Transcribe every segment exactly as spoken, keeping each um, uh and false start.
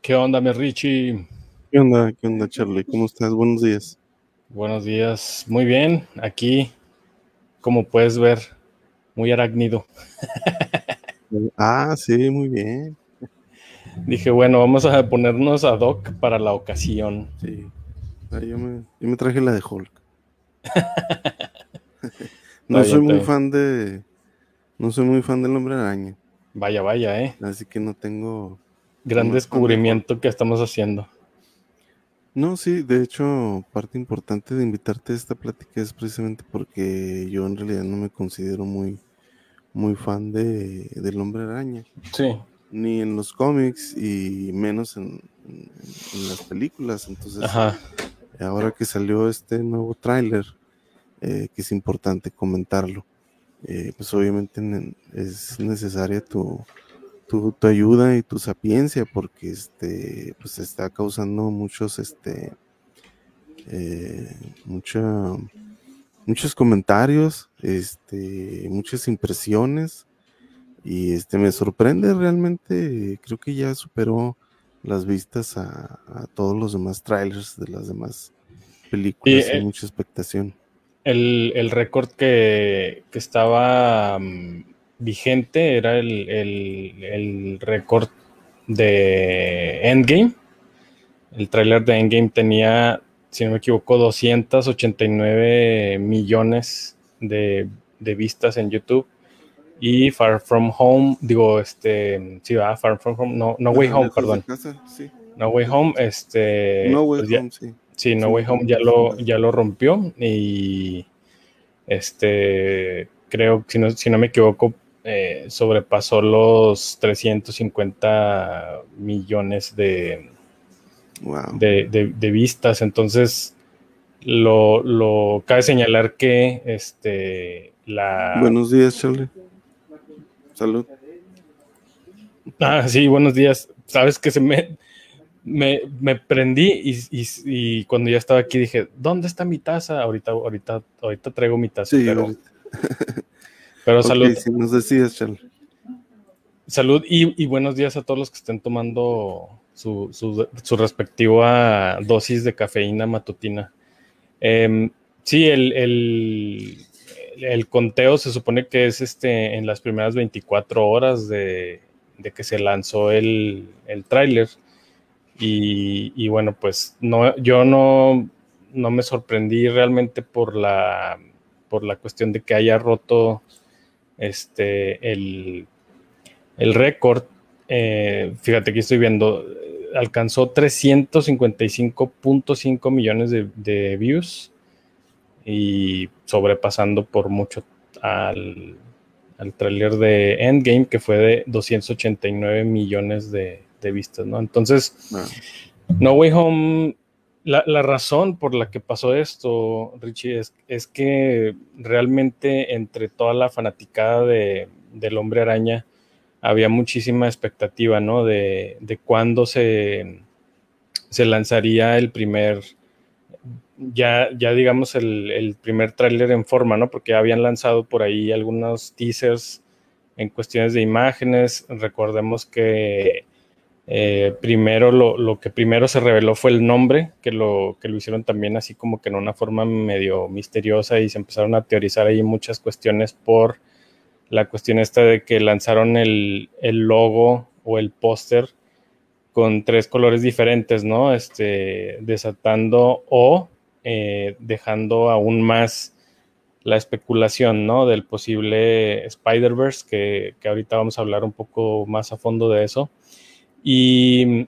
¿Qué onda, mi Richie? ¿Qué onda? ¿Qué onda, Charlie? ¿Cómo estás? Buenos días. Buenos días. Muy bien, aquí, como puedes ver, muy arácnido. Ah, sí, muy bien. Dije, bueno, vamos a ponernos ad hoc para la ocasión. Sí. Ah, yo me, yo me traje la de Hulk. Está No bien, soy está muy bien. fan de, no soy muy fan del Hombre Araña, Vaya, vaya, ¿eh? así que no tengo, soy Gran más fan de Hulk. descubrimiento que estamos haciendo. No, sí, de hecho, parte importante de invitarte a esta plática es precisamente porque yo en realidad no me considero muy, muy fan de, del Hombre Araña, Sí. ni en los cómics y menos en, en en las películas. Entonces, Ajá. ahora que salió este nuevo tráiler, eh, que es importante comentarlo. Eh, pues obviamente ne- es necesaria tu, tu, tu ayuda y tu sapiencia porque este, pues está causando muchos, este, eh, mucha, muchos comentarios, este, muchas impresiones y este, me sorprende realmente, creo que ya superó las vistas a, a todos los demás trailers de las demás Y películas, hay eh, mucha expectación. el, el récord que, que estaba um, vigente era el, el, el récord de Endgame. El tráiler de Endgame tenía, si no me equivoco, doscientos ochenta y nueve millones de, de vistas en YouTube. Y Far From Home, digo, este, sí, va, Far From Home, no, No Way Ajá, Home, lejos de perdón. casa, sí. No Way Lejos. Home, este, No Way pues ya, Home, sí. sí, No Sí, Way me, Home ya me lo, suena. ya lo rompió. Y este, creo, si no, si no me equivoco, eh, sobrepasó los trescientos cincuenta millones de, Wow. de, de, de vistas. Entonces, lo, lo cabe señalar que este la Buenos días, Charlie. Salud. ah, sí, buenos días. Sabes que se me me, me prendí y, y, y, cuando ya estaba aquí dije, ¿dónde está mi taza? Ahorita, ahorita, ahorita traigo mi taza, Sí, pero, ahorita. pero Ok, salud, si nos decías, Charlie. salud y, y, buenos días a todos los que estén tomando su, su, su respectiva dosis de cafeína matutina. Eh, sí, el, el, el, conteo se supone que es este en las primeras veinticuatro horas de, de que se lanzó el, el tráiler. Y, y, bueno, pues no, yo no, no me sorprendí realmente por la, por la cuestión de que haya roto este, el, el récord. Eh, fíjate, aquí estoy viendo, alcanzó trescientos cincuenta y cinco punto cinco millones de, de views y sobrepasando por mucho al, al tráiler de Endgame, que fue de doscientos ochenta y nueve millones de, de vistas, ¿no? Entonces, Wow. No Way Home, la, la razón por la que pasó esto, Richie, es, es que realmente entre toda la fanaticada de, del Hombre Araña había muchísima expectativa, ¿no? De, de cuándo se, se lanzaría el primer ya, ya digamos el, el primer tráiler en forma, ¿no? Porque ya habían lanzado por ahí algunos teasers en cuestiones de imágenes. Recordemos que eh, primero lo, lo, que primero se reveló fue el nombre, que lo, que lo hicieron también así como que en una forma medio misteriosa y se empezaron a teorizar ahí muchas cuestiones por la cuestión esta de que lanzaron el, el logo o el póster con tres colores diferentes, ¿no? Este, desatando o eh, dejando aún más la especulación, ¿no? Del posible Spider-Verse, que, que ahorita vamos a hablar un poco más a fondo de eso. Y,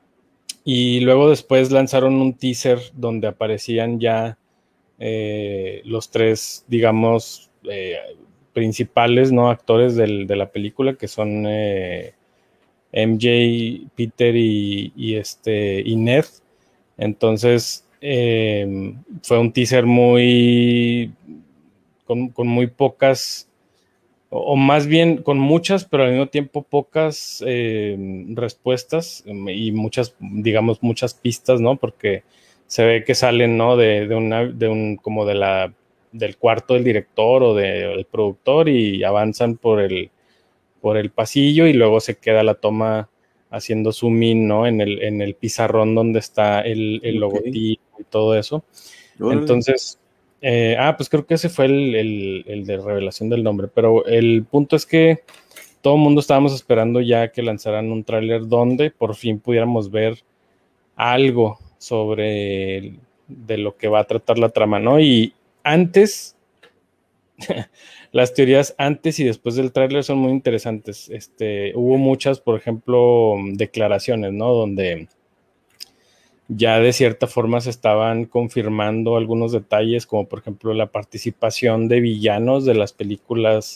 y luego después lanzaron un teaser donde aparecían ya eh, los tres, digamos, eh, principales, ¿no? Actores del, de la película, que son eh, M J, Peter y, y, este, y Ned. Entonces, eh, fue un teaser muy, con, con muy pocas, o, o, más bien con muchas, pero al mismo tiempo pocas eh, respuestas y muchas, digamos, muchas pistas, ¿no? Porque se ve que salen, ¿no? De, de una, de un, como de la, del cuarto del director o del productor y avanzan por el, por el pasillo y luego se queda la toma haciendo zoom in, ¿no? En el, en el pizarrón donde está el, el Okay. logotipo y todo eso. Órale. Entonces, eh, ah, pues creo que ese fue el, el, el de revelación del nombre, pero el punto es que todo el mundo estábamos esperando ya que lanzaran un tráiler donde por fin pudiéramos ver algo sobre el- de lo que va a tratar la trama, ¿no? Y antes, las teorías antes y después del tráiler son muy interesantes. Este, hubo muchas, por ejemplo, declaraciones, ¿no? Donde ya de cierta forma se estaban confirmando algunos detalles, como por ejemplo la participación de villanos de las películas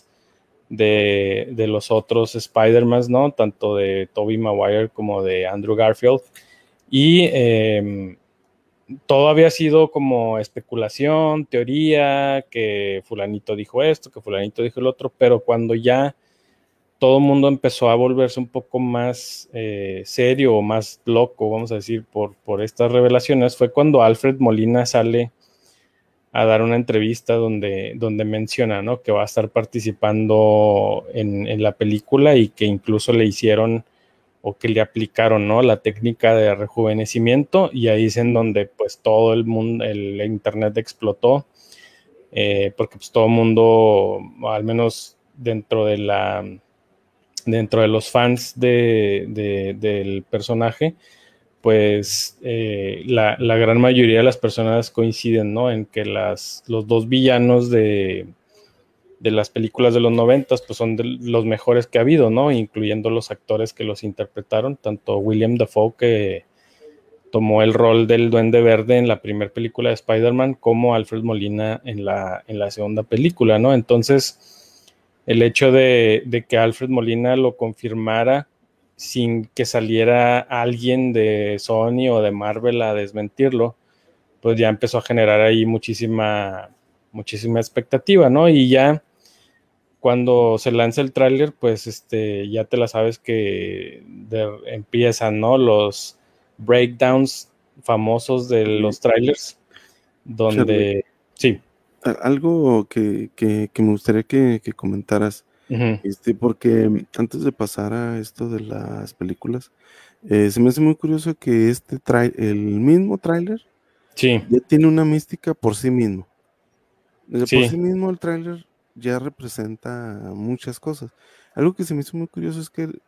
de, de los otros Spider-Man, ¿no? Tanto de Tobey Maguire como de Andrew Garfield. Y eh, todo había sido como especulación, teoría, que fulanito dijo esto, que fulanito dijo el otro, pero cuando ya todo el mundo empezó a volverse un poco más eh, serio o más loco, vamos a decir, por, por estas revelaciones, fue cuando Alfred Molina sale a dar una entrevista donde, donde menciona, ¿no? Que va a estar participando en, en la película y que incluso le hicieron o que le aplicaron, ¿no? La técnica de rejuvenecimiento, y ahí es en donde pues todo el mundo, el internet explotó, eh, porque pues todo el mundo, al menos dentro de la dentro de los fans de, de, del personaje, pues eh, la, la, gran mayoría de las personas coinciden, ¿no? En que las, los dos villanos de, de las películas de los noventas pues son de los mejores que ha habido, ¿no? Incluyendo los actores que los interpretaron, tanto William Dafoe, que tomó el rol del Duende Verde en la primera película de Spider-Man, como Alfred Molina en la, en la segunda película, ¿no? Entonces, el hecho de, de que Alfred Molina lo confirmara sin que saliera alguien de Sony o de Marvel a desmentirlo, pues ya empezó a generar ahí muchísima, muchísima expectativa, ¿no? Y ya cuando se lanza el tráiler, pues este, ya te la sabes que de, empiezan, ¿no? Los breakdowns famosos de Sí. los trailers, Charlie, donde, sí. algo que, que, que me gustaría que, que comentaras, Uh-huh. este, porque antes de pasar a esto de las películas, eh, se me hace muy curioso que este tra el mismo tráiler Sí. ya tiene una mística por sí mismo. Por Sí. sí mismo el tráiler ya representa muchas cosas. Algo que se me hizo muy curioso es que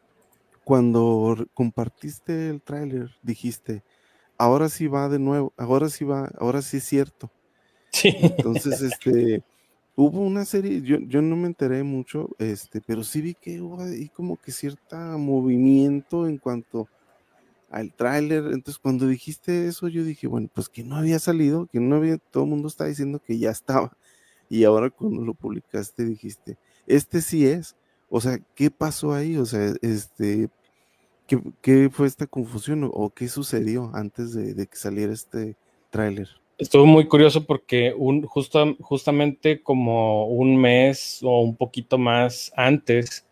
cuando compartiste el tráiler dijiste, ahora sí va de nuevo, ahora sí va, ahora sí es cierto. Sí. Entonces, este, hubo una serie, yo, yo no me enteré mucho, este, pero sí vi que hubo ahí como que cierto movimiento en cuanto al tráiler. Entonces, cuando dijiste eso, yo dije, bueno, pues que no había salido, que no había, todo el mundo está diciendo que ya estaba. Y ahora cuando lo publicaste dijiste, este sí es. O sea, ¿qué pasó ahí? O sea, este, ¿qué, qué fue esta confusión o, o qué sucedió antes de, de que saliera este tráiler? Estuvo muy curioso porque un, justo, justamente como un mes o un poquito más antes,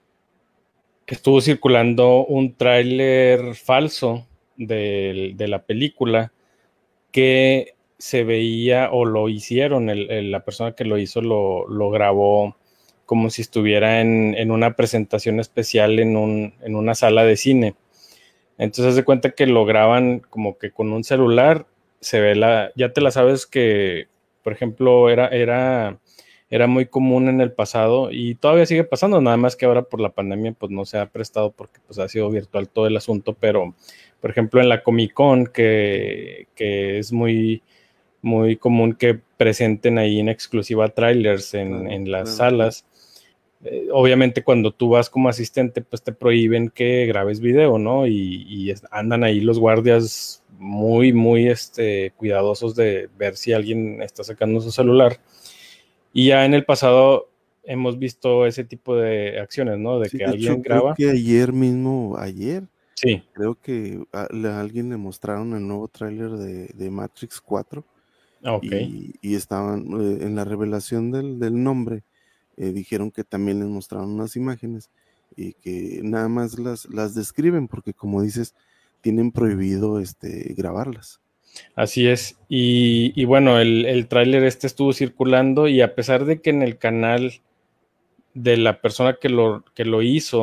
estuvo circulando un tráiler falso de, de la película que se veía o lo hicieron, el, el, la persona que lo hizo lo, lo grabó como si estuviera en, en una presentación especial en, un, en una sala de cine. Entonces se cuenta que lo graban como que con un celular, se ve la, ya te la sabes que, por ejemplo, era, era, era muy común en el pasado y todavía sigue pasando, nada más que ahora por la pandemia pues no se ha prestado porque pues ha sido virtual todo el asunto, pero por ejemplo en la Comic Con que, que es muy, muy común que presenten ahí en exclusiva trailers en, Claro, en las claro, claro. salas. Eh, obviamente cuando tú vas como asistente, pues te prohíben que grabes video, ¿no? Y, y andan ahí los guardias muy, muy este, cuidadosos de ver si alguien está sacando su celular. Y ya en el pasado hemos visto ese tipo de acciones, ¿no? De Sí, que de hecho, alguien creo graba. que ayer mismo, ayer, Sí. creo que a, a alguien le mostraron el nuevo tráiler de, de Matrix cuatro Ok. y, y estaban eh, en la revelación del, del nombre, eh, dijeron que también les mostraron unas imágenes y que nada más las, las describen porque como dices, tienen prohibido este, grabarlas. Así es. Y, y bueno, el, el tráiler este estuvo circulando y a pesar de que en el canal de la persona que lo, que lo hizo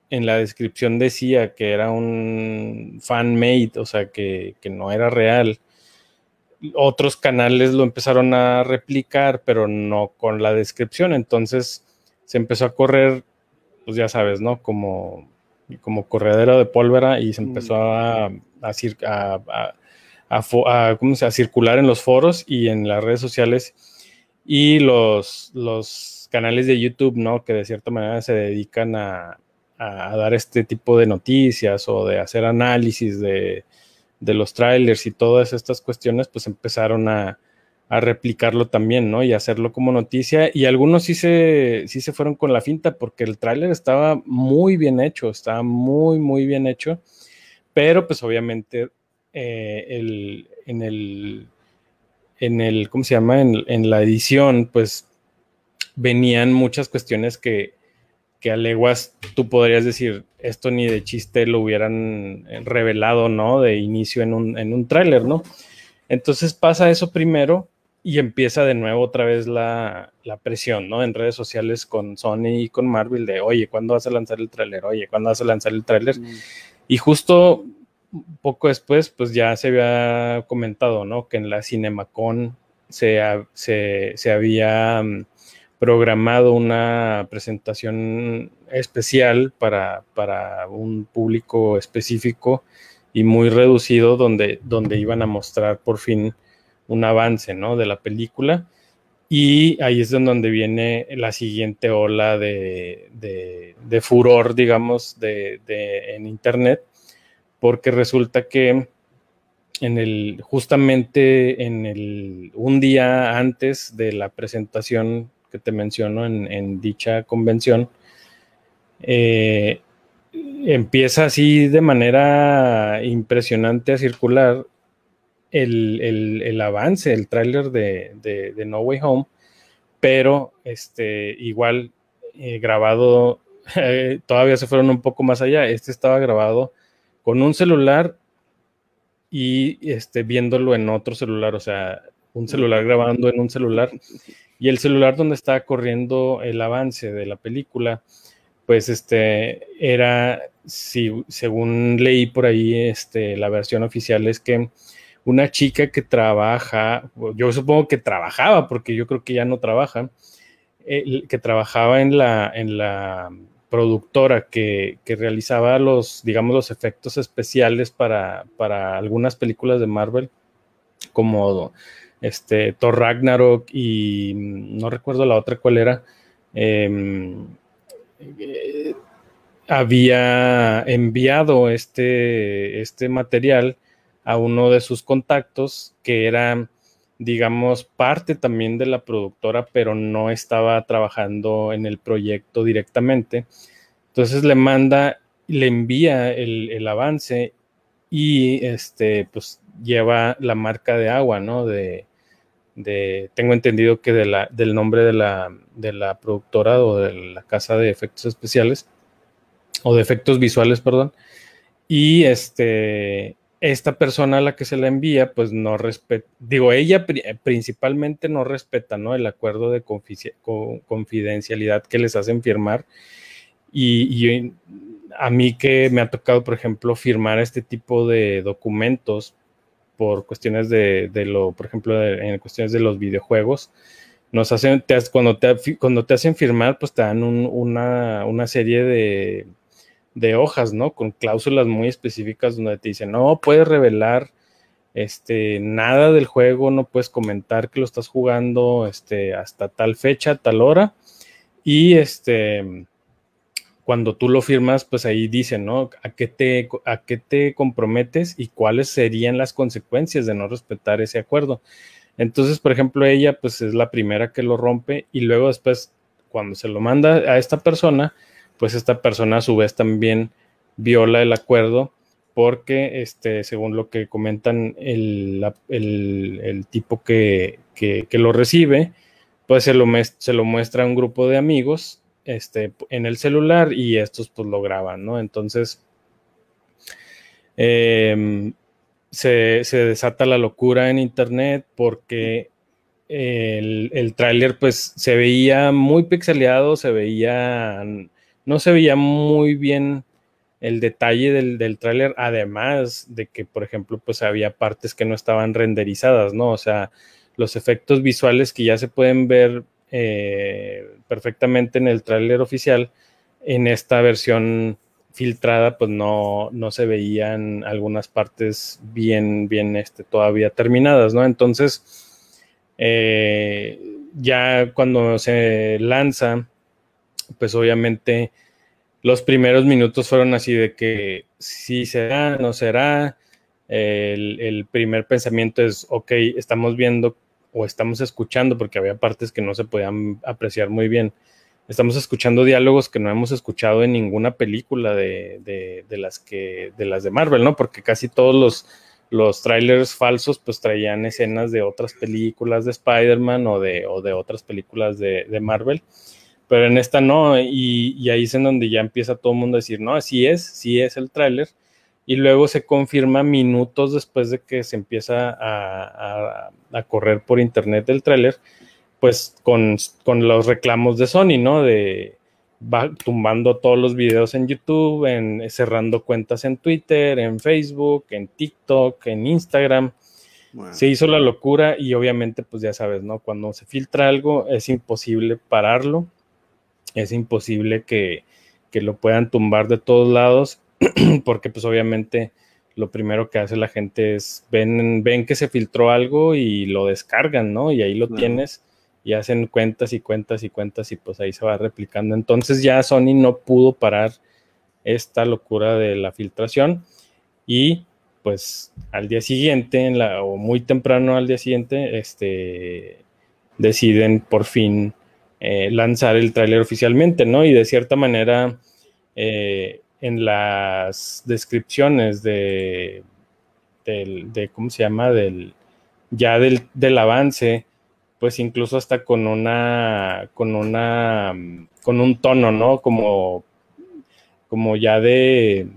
en la descripción decía que era un fan-made, o sea, que, que no era real, otros canales lo empezaron a replicar, pero no con la descripción. Entonces se empezó a correr, pues ya sabes, ¿no? Como, como corredero de pólvora, y se empezó a, a, a, a, a, a, ¿cómo se, a circular en los foros y en las redes sociales, y los, los canales de YouTube, ¿no? Que de cierta manera se dedican a, a dar este tipo de noticias o de hacer análisis de, de los trailers y todas estas cuestiones, pues empezaron a, a replicarlo también, ¿no? Y hacerlo como noticia, y algunos sí se, sí se fueron con la finta, porque el tráiler estaba muy bien hecho, estaba muy, muy bien hecho, pero pues obviamente eh, el, en el, en el, ¿cómo se llama? En, en la edición, pues venían muchas cuestiones que, que a leguas tú podrías decir, esto ni de chiste lo hubieran revelado, ¿no? De inicio en un, en un tráiler, ¿no? Entonces pasa eso primero, y empieza de nuevo otra vez la, la presión, ¿no? En redes sociales con Sony y con Marvel de, oye, ¿cuándo vas a lanzar el tráiler? Oye, ¿cuándo vas a lanzar el tráiler? Mm. Y justo poco después, pues ya se había comentado, ¿no? Que en la CinemaCon se, se, se había programado una presentación especial para, para un público específico y muy reducido, donde, donde iban a mostrar por fin un avance, ¿no? De la película. Y ahí es donde viene la siguiente ola de, de, de furor, digamos, de, de, en internet, porque resulta que en el, justamente en el, un día antes de la presentación que te menciono en, en dicha convención, eh, empieza así de manera impresionante a circular el, el, el avance, el tráiler de, de, de No Way Home, pero este, igual eh, grabado, eh, todavía se fueron un poco más allá. Este estaba grabado con un celular y este, viéndolo en otro celular, o sea, un celular grabando en un celular, y el celular donde estaba corriendo el avance de la película, pues este, era, si, según leí por ahí, este, la versión oficial es que una chica que trabaja, yo supongo que trabajaba, porque yo creo que ya no trabaja, eh, que trabajaba en la, en la productora que, que realizaba los, digamos, los efectos especiales para, para algunas películas de Marvel, como este, Thor Ragnarok y no recuerdo la otra cuál era, eh, eh, había enviado este, este material a uno de sus contactos, que era, digamos, parte también de la productora, pero no estaba trabajando en el proyecto directamente. Entonces le manda, le envía el, el avance, y este, pues lleva la marca de agua, ¿no? De, de tengo entendido que de la, del nombre de la, de la productora o de la casa de efectos especiales, o de efectos visuales, perdón. Y este, esta persona a la que se la envía, pues no respeta, digo, ella pri- principalmente no respeta, ¿no? El acuerdo de confici- con, confidencialidad que les hacen firmar. Y, y a mí que me ha tocado, por ejemplo, firmar este tipo de documentos por cuestiones de, de lo, por ejemplo, de, en cuestiones de los videojuegos, nos hacen, te, cuando, te, cuando te hacen firmar, pues te dan un, una, una serie de, de hojas, ¿no? Con cláusulas muy específicas donde te dicen, no puedes revelar este, nada del juego, no puedes comentar que lo estás jugando este, hasta tal fecha, tal hora, y este, cuando tú lo firmas, pues ahí dicen, ¿no? ¿A qué te, a qué te comprometes y cuáles serían las consecuencias de no respetar ese acuerdo? Entonces, por ejemplo, ella pues es la primera que lo rompe, y luego después, cuando se lo manda a esta persona, pues esta persona a su vez también viola el acuerdo, porque este, según lo que comentan el, el, el tipo que, que, que, lo recibe, pues se lo, se lo muestra a un grupo de amigos este, en el celular, y estos pues lo graban, ¿no? Entonces eh, se, se desata la locura en internet, porque el, el tráiler pues se veía muy pixeleado, se veía no se veía muy bien el detalle del, del tráiler, además de que, por ejemplo, pues había partes que no estaban renderizadas, ¿no? O sea, los efectos visuales que ya se pueden ver eh, perfectamente en el tráiler oficial, en esta versión filtrada, pues no, no se veían algunas partes bien, bien este, todavía terminadas, ¿no? Entonces, eh, ya cuando se lanza, pues obviamente los primeros minutos fueron así de que sí será, no será. El, el primer pensamiento es, ok, estamos viendo o estamos escuchando, porque había partes que no se podían apreciar muy bien. Estamos escuchando diálogos que no hemos escuchado en ninguna película de, de, de las que de las de Marvel, ¿no? Porque casi todos los, los trailers falsos pues traían escenas de otras películas de Spider-Man o de, o de otras películas de, de Marvel. Pero en esta no, y, y ahí es en donde ya empieza todo el mundo a decir, no, sí es, sí es el tráiler, y luego se confirma minutos después de que se empieza a, a, a correr por internet el tráiler, pues con, con los reclamos de Sony, ¿no? De va tumbando todos los videos en YouTube, en, cerrando cuentas en Twitter, en Facebook, en TikTok, en Instagram. Wow. Se hizo la locura y obviamente, pues ya sabes, ¿no? Cuando se filtra algo es imposible pararlo. Es imposible que, que lo puedan tumbar de todos lados, porque pues obviamente lo primero que hace la gente es ven, ven que se filtró algo y lo descargan, ¿no? Y ahí lo claro. tienes y hacen cuentas y cuentas y cuentas y pues ahí se va replicando. Entonces ya Sony no pudo parar esta locura de la filtración y pues al día siguiente, en la, o muy temprano al día siguiente, este, deciden por fin Eh, lanzar el tráiler oficialmente, ¿no? Y de cierta manera eh, en las descripciones de, del, de, ¿cómo se llama? Del, ya del, del avance, pues incluso hasta con una, con una, con un tono, ¿no? Como, como ya de,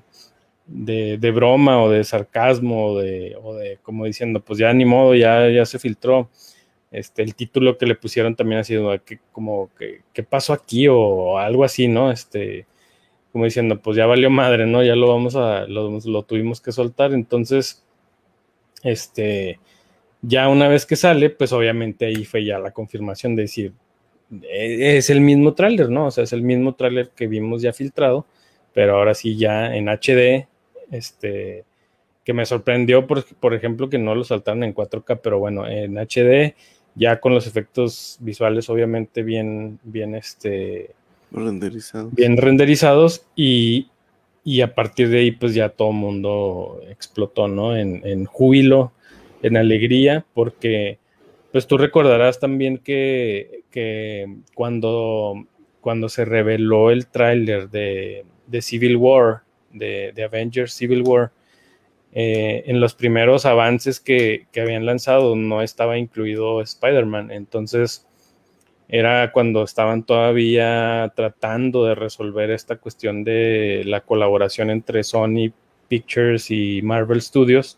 de, de broma o de sarcasmo o de, o de, como diciendo, pues ya ni modo, ya, ya se filtró. Este, el título que le pusieron también ha sido que, como que, ¿qué pasó aquí? O algo así, ¿no? Este, como diciendo, pues ya valió madre, ¿no? Ya lo vamos a, lo, lo tuvimos que soltar. Entonces, este, ya una vez que sale, pues obviamente ahí fue ya la confirmación de decir, es el mismo tráiler, ¿no? O sea, es el mismo tráiler que vimos ya filtrado, pero ahora sí ya en H D, este, que me sorprendió, por, por ejemplo, que no lo saltaron en cuatro K, pero bueno, en H D, ya con los efectos visuales obviamente bien, bien, este, renderizados. bien renderizados y, y a partir de ahí pues ya todo el mundo explotó, ¿no? En, en júbilo, en alegría, porque pues tú recordarás también que, que cuando, cuando se reveló el tráiler de, de Civil War, de, de Avengers Civil War, Eh, en los primeros avances que, que habían lanzado no estaba incluido Spider-Man, entonces era cuando estaban todavía tratando de resolver esta cuestión de la colaboración entre Sony Pictures y Marvel Studios,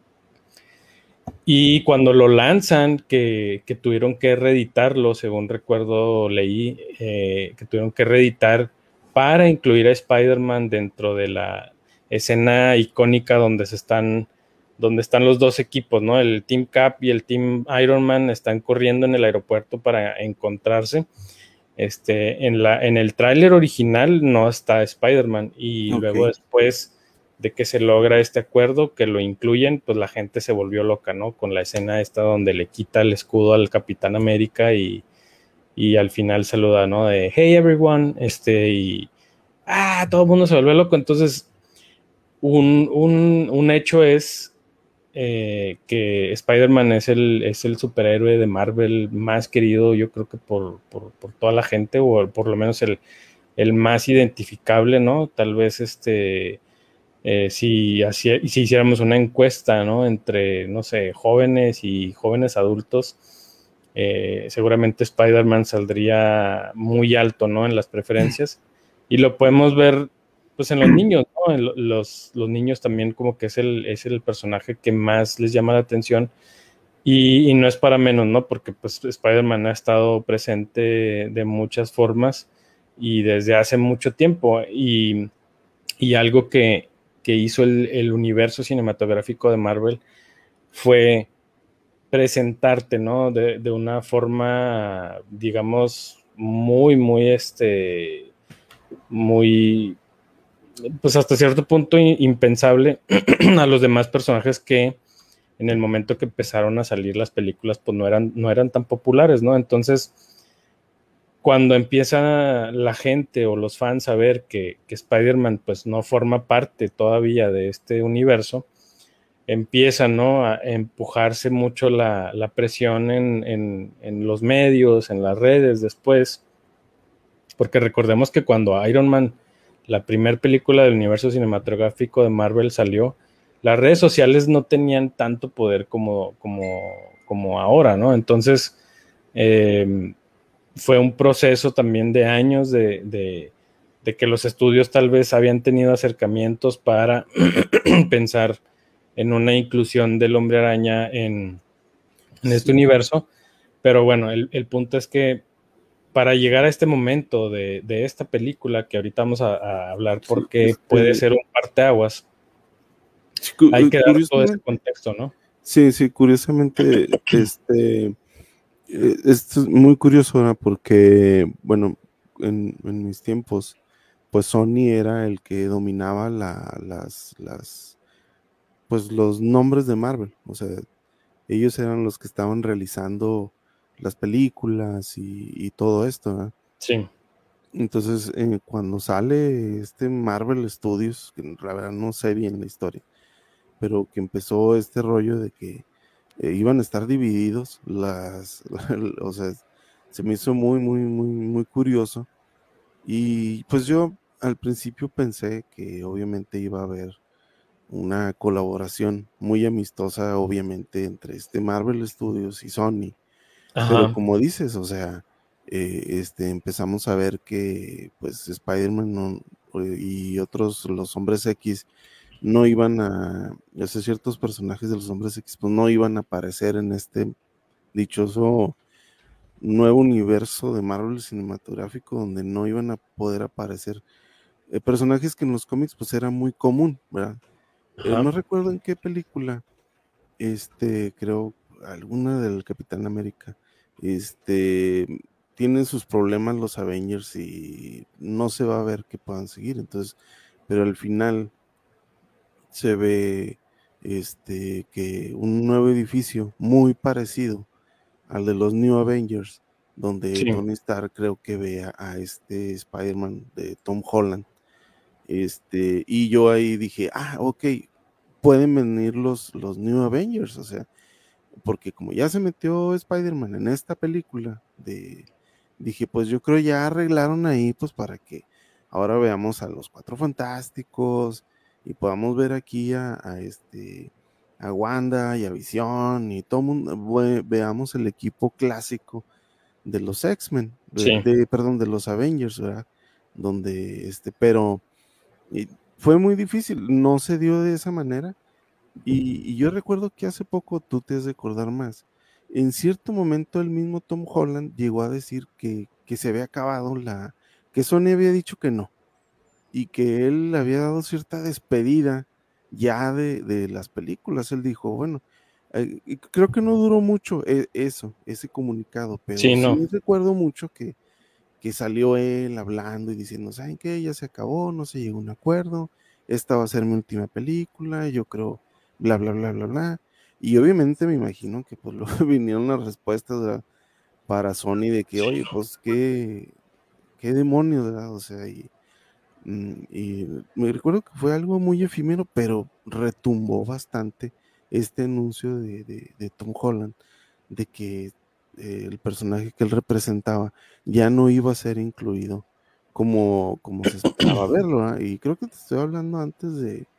y cuando lo lanzan, que, que tuvieron que reeditarlo, según recuerdo leí, eh, que tuvieron que reeditar para incluir a Spider-Man dentro de la escena icónica donde se están, donde están los dos equipos, ¿no? El Team Cap y el Team Iron Man están corriendo en el aeropuerto para encontrarse. Este, en, la, en el tráiler original no está Spider-Man y okay. Luego después de que se logra este acuerdo, que lo incluyen, pues la gente se volvió loca, ¿no? Con la escena esta donde le quita el escudo al Capitán América y, y al final saluda, ¿no? De hey everyone, este, y ah, todo el mundo se volvió loco. Entonces, un, un, un hecho es eh, que Spider-Man es el, es el superhéroe de Marvel más querido, yo creo que por, por, por toda la gente, o por lo menos el, el más identificable, ¿no? Tal vez este... Eh, si, así, si hiciéramos una encuesta, ¿no? Entre, no sé, jóvenes y jóvenes adultos, eh, seguramente Spider-Man saldría muy alto, ¿no? En las preferencias. Y lo podemos ver, pues, en los niños, ¿no? En los, los niños también como que es el, es el personaje que más les llama la atención. Y, y no es para menos, ¿no? Porque, pues, Spider-Man ha estado presente de muchas formas y desde hace mucho tiempo. Y, y algo que, que hizo el, el universo cinematográfico de Marvel fue presentarte, ¿no? De, de una forma, digamos, muy, muy, este, muy, pues hasta cierto punto impensable a los demás personajes que en el momento que empezaron a salir las películas, pues no eran, no eran tan populares, ¿no? Entonces, cuando empieza la gente o los fans a ver que, que Spider-Man pues no forma parte todavía de este universo, empieza, ¿no?, a empujarse mucho la, la presión en, en, en los medios, en las redes después, porque recordemos que cuando Iron Man, la primera película del universo cinematográfico de Marvel salió, las redes sociales no tenían tanto poder como, como, como ahora, ¿no? Entonces, eh, fue un proceso también de años de, de, de que los estudios tal vez habían tenido acercamientos para pensar en una inclusión del Hombre Araña en, en este Sí. universo, pero bueno, el, el punto es que para llegar a este momento de, de esta película, que ahorita vamos a, a hablar Sí, porque puede este, ser un parteaguas, sí, cu- hay que dar todo ese curiosamente, contexto, ¿no? sí, sí, curiosamente, este, eh, esto es muy curioso, ¿verdad? Porque, bueno, en, en mis tiempos, pues Sony era el que dominaba la, las, las, pues los nombres de Marvel, o sea, ellos eran los que estaban realizando las películas y, y todo esto, ¿verdad? Sí. Entonces, eh, cuando sale este Marvel Studios, que la verdad no sé bien la historia, pero que empezó este rollo de que eh, iban a estar divididos las, o sea, se me hizo muy, muy, muy, muy curioso. Y pues yo al principio pensé que obviamente iba a haber una colaboración muy amistosa, obviamente, entre este Marvel Studios y Sony. Pero Ajá. como dices, o sea, eh, este, empezamos a ver que pues Spider-Man no, y otros, los hombres X, no iban a, o sea, ciertos personajes de los hombres X, pues no iban a aparecer en este dichoso nuevo universo de Marvel cinematográfico donde no iban a poder aparecer eh, personajes que en los cómics pues era muy común, ¿verdad? Eh, Ajá. no recuerdo en qué película, este, creo, alguna del Capitán América, este, tienen sus problemas los Avengers y no se va a ver que puedan seguir, entonces, pero al final se ve, este, que un nuevo edificio muy parecido al de los New Avengers, donde Sí. Tony Stark creo que ve a, a este Spider-Man de Tom Holland, este, y yo ahí dije, ah, ok, pueden venir los, los New Avengers, o sea, porque como ya se metió Spider-Man en esta película, de, dije, pues yo creo ya arreglaron ahí, pues para que ahora veamos a los Cuatro Fantásticos y podamos ver aquí a, a este, a Wanda y a Visión y todo mundo, ve, veamos el equipo clásico de los X-Men, de, Sí. de, perdón, de los Avengers, ¿verdad? Donde, este, pero y fue muy difícil, no se dio de esa manera y, y yo recuerdo que hace poco, tú te has de acordar más, en cierto momento el mismo Tom Holland llegó a decir que, que se había acabado la, que Sony había dicho que no, y que él había dado cierta despedida ya de, de las películas. Él dijo, bueno, eh, y creo que no duró mucho eh, eso, ese comunicado, pero Sí, no. sí recuerdo mucho que, que salió él hablando y diciendo, ¿saben qué? Ya se acabó, no se llegó a un acuerdo, esta va a ser mi última película, yo creo, bla, bla, bla, bla, bla. Y obviamente me imagino que pues luego vinieron las respuestas, ¿verdad? Para Sony de que, oye, pues qué, qué demonios, ¿verdad? O sea, y, mm, y me recuerdo que fue algo muy efímero, pero retumbó bastante este anuncio de, de, de Tom Holland, de que eh, el personaje que él representaba ya no iba a ser incluido como, como se esperaba verlo, ¿ah? Y creo que te estoy hablando antes de,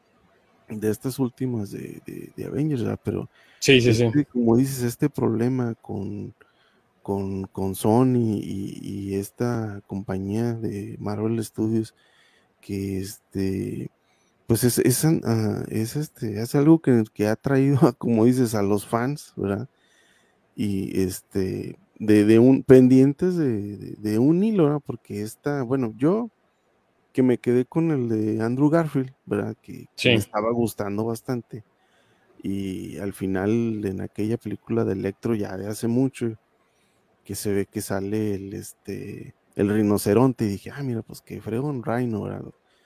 de estas últimas de, de, de Avengers, ¿verdad? Pero Sí, sí, sí. este, como dices, este problema con, con, con Sony y, y esta compañía de Marvel Studios, que este, pues es, es, ah, es, este, es algo que, que ha traído, como dices, a los fans, ¿verdad? Y este, de, de un, pendientes de, de, de un hilo, ¿no? Porque esta, bueno, yo que me quedé con el de Andrew Garfield, ¿verdad? Que, que me Sí. estaba gustando bastante. Y al final, en aquella película de Electro, ya de hace mucho, que se ve que sale el, este, el rinoceronte, y dije, ah, mira, pues que fregón, Rhino, ¿verdad?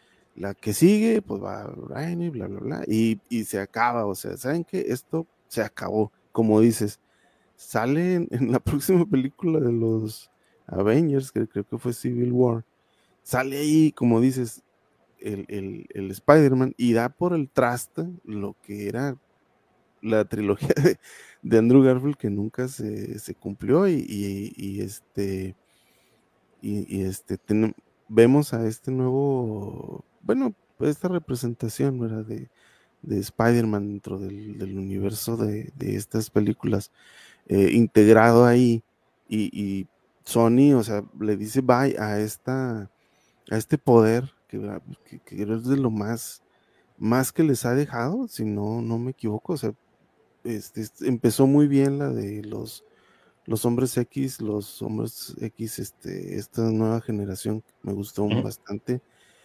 La que sigue, pues va Rhino y bla, bla, bla, y, y se acaba, o sea, ¿saben qué? Esto se acabó, como dices, sale en, en la próxima película de los Avengers, que creo que fue Civil War, sale ahí, como dices, el, el, el Spider-Man, y da por el traste lo que era la trilogía de, de Andrew Garfield, que nunca se, se cumplió, y, y, y este, y, y este, ten, vemos a este nuevo, bueno, pues esta representación, ¿verdad? De, de Spider-Man dentro del, del universo de, de, estas películas, eh, integrado ahí, y, y Sony, o sea, le dice bye a esta, a este poder que, que, que es de lo más, más que les ha dejado, si no, no me equivoco, o sea, este, este, empezó muy bien la de los, los hombres X, los hombres X, este, esta nueva generación, me gustó Uh-huh. bastante,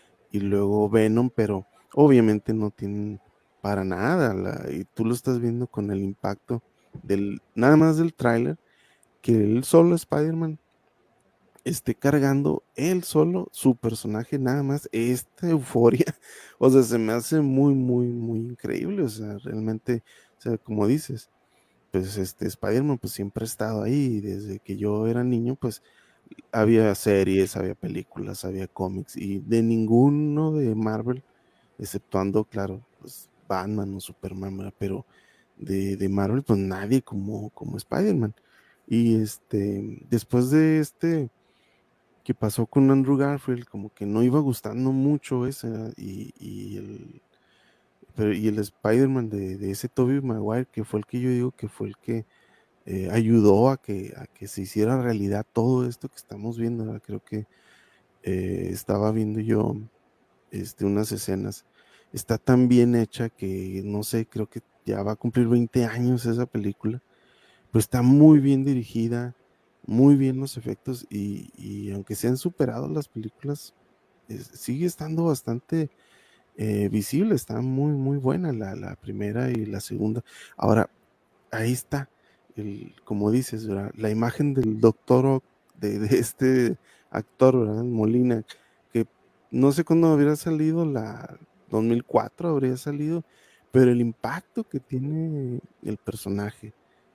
y luego Venom, pero obviamente no tienen para nada, la, y tú lo estás viendo con el impacto del, nada más del tráiler, que el solo Spider-Man esté cargando él solo su personaje, nada más esta euforia, o sea, se me hace muy, muy, muy increíble, o sea, realmente, o sea, como dices, pues este Spider-Man pues siempre ha estado ahí, desde que yo era niño, pues había series, había películas, había cómics, y de ninguno de Marvel, exceptuando, claro, pues Batman o Superman, ¿verdad? Pero de, de Marvel, pues nadie como, como Spider-Man. Y este, después de este que pasó con Andrew Garfield, como que no iba gustando mucho ese, y, y el, pero, y el Spider-Man de, de ese Tobey Maguire, que fue el que yo digo que fue el que eh, ayudó a que, a que se hiciera realidad todo esto que estamos viendo, ¿verdad? Creo que eh, estaba viendo yo este, unas escenas, está tan bien hecha que no sé, creo que ya va a cumplir veinte años esa película, pero está muy bien dirigida, muy bien los efectos, y, y aunque se han superado las películas, es, sigue estando bastante eh, visible, está muy, muy buena la, la primera y la segunda. Ahora, ahí está, el, como dices, ¿verdad? La imagen del doctor Ock, de, de este actor, ¿verdad? Molina, que no sé cuándo habría salido, la dos mil cuatro habría salido, pero el impacto que tiene el personaje,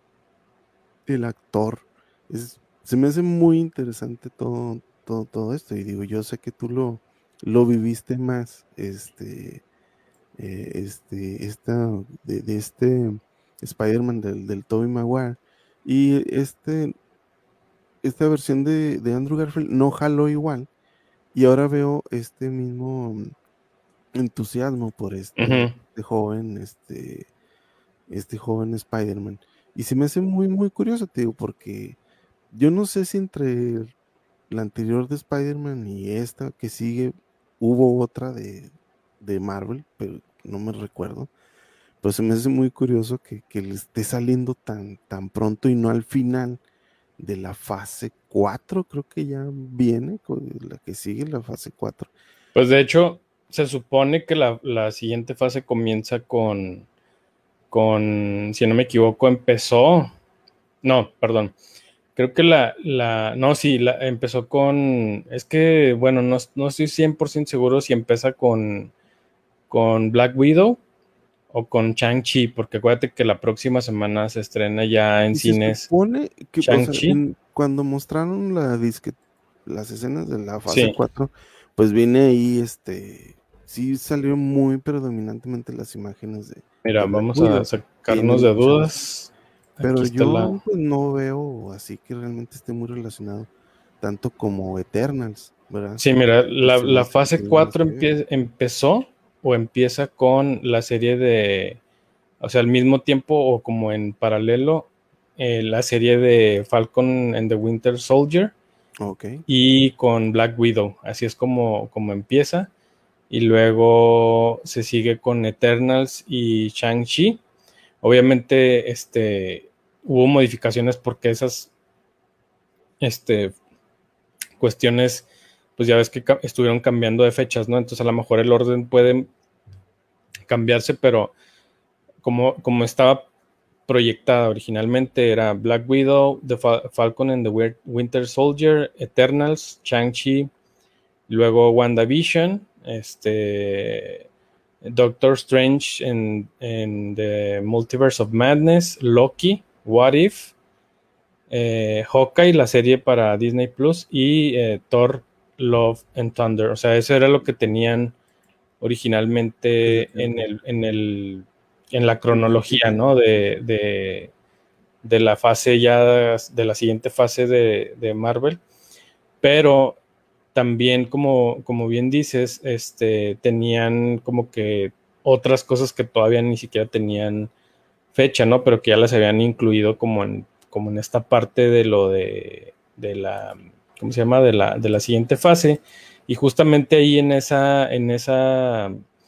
el actor, es, se me hace muy interesante todo, todo, todo esto, y digo, yo sé que tú lo, lo viviste más, este, eh, este, esta, de, de este Spider-Man del, del Tobey Maguire, y este, esta versión de, de Andrew Garfield no jaló igual, y ahora veo este mismo entusiasmo por este, Uh-huh. este joven, este, este joven Spider-Man, y se me hace muy, muy curioso, te digo, porque yo no sé si entre la anterior de Spider-Man y esta que sigue, hubo otra de, de Marvel, pero no me recuerdo. Pues se me hace muy curioso que, que le esté saliendo tan, tan pronto y no al final de la fase cuatro, creo que ya viene, con la que sigue la fase cuatro. Pues de hecho, se supone que la, la siguiente fase comienza con, con, si no me equivoco, empezó, no, perdón, creo que la, la, no, sí, la, empezó con, es que, bueno, no, no estoy cien por ciento seguro si empieza con, con Black Widow o con Shang-Chi, porque acuérdate que la próxima semana se estrena ya en Y se cines supone que, o sea, Shang-Chi. en- cuando mostraron la disque, las escenas de la fase Sí, cuatro, pues viene ahí, este, sí salió muy predominantemente las imágenes de, mira, de Black vamos a Widow. Tiene sacarnos de mucha razón. dudas. Aquí Pero está la... yo pues no veo así que realmente esté muy relacionado tanto como Eternals, ¿verdad? Sí, mira, Que la, se me la hace que fase tiene más cuatro que ver. empie- empezó o empieza con la serie de, o sea, al mismo tiempo o como en paralelo, eh, la serie de Falcon and the Winter Soldier Ok. y con Black Widow. Así es como, como empieza. Y luego se sigue con Eternals y Shang-Chi. Obviamente, este, hubo modificaciones porque esas este, cuestiones, pues ya ves que ca- estuvieron cambiando de fechas, ¿no? Entonces a lo mejor el orden puede cambiarse, pero como, como estaba proyectada originalmente era Black Widow, The Fal- Falcon and the Wi- Winter Soldier, Eternals, Shang-Chi, luego WandaVision, este, Doctor Strange en, en The Multiverse of Madness, Loki, What If, eh, Hawkeye, la serie para Disney Plus, y eh, Thor, Love and Thunder. O sea, eso era lo que tenían originalmente en el, en el en la cronología, ¿no? De, de, de la fase ya, de la siguiente fase de, de Marvel, pero también, como, como bien dices, este, tenían como que otras cosas que todavía ni siquiera tenían fecha, ¿no? Pero que ya las habían incluido como en, como en esta parte de lo de, de la, ¿cómo se llama? De la, de la siguiente fase. Y justamente ahí en esa, en esa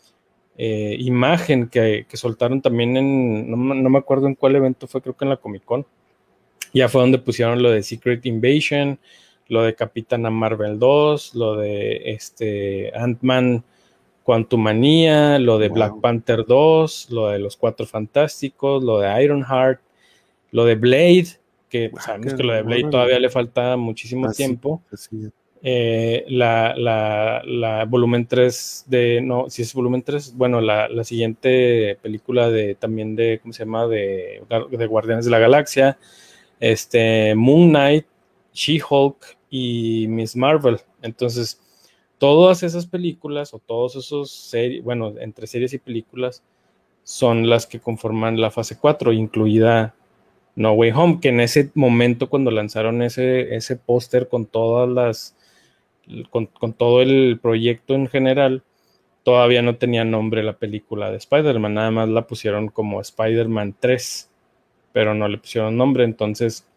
eh, imagen que, que, soltaron también en, no, no, me acuerdo en cuál evento fue, creo que en la Comic Con, ya fue donde pusieron lo de Secret Invasion, lo de Capitana Marvel dos, lo de este Ant-Man Quantumania, lo de wow. Black Panther dos, lo de los Cuatro Fantásticos, lo de Ironheart, lo de Blade, que wow, sabemos que lo de Blade todavía le falta muchísimo así, tiempo. Así. Eh, la, la, la volumen tres de, no, si es volumen tres, bueno, la, la siguiente película de también de, ¿cómo se llama? De, de Guardianes de la Galaxia, este, Moon Knight, She-Hulk y Miss Marvel. Entonces, todas esas películas o todos esos series, bueno, entre series y películas, son las que conforman la fase cuatro, incluida No Way Home, que en ese momento cuando lanzaron ese, ese póster con todas las, con, con todo el proyecto en general, todavía no tenía nombre la película de Spider-Man, nada más la pusieron como Spider-Man tres, pero no le pusieron nombre, entonces,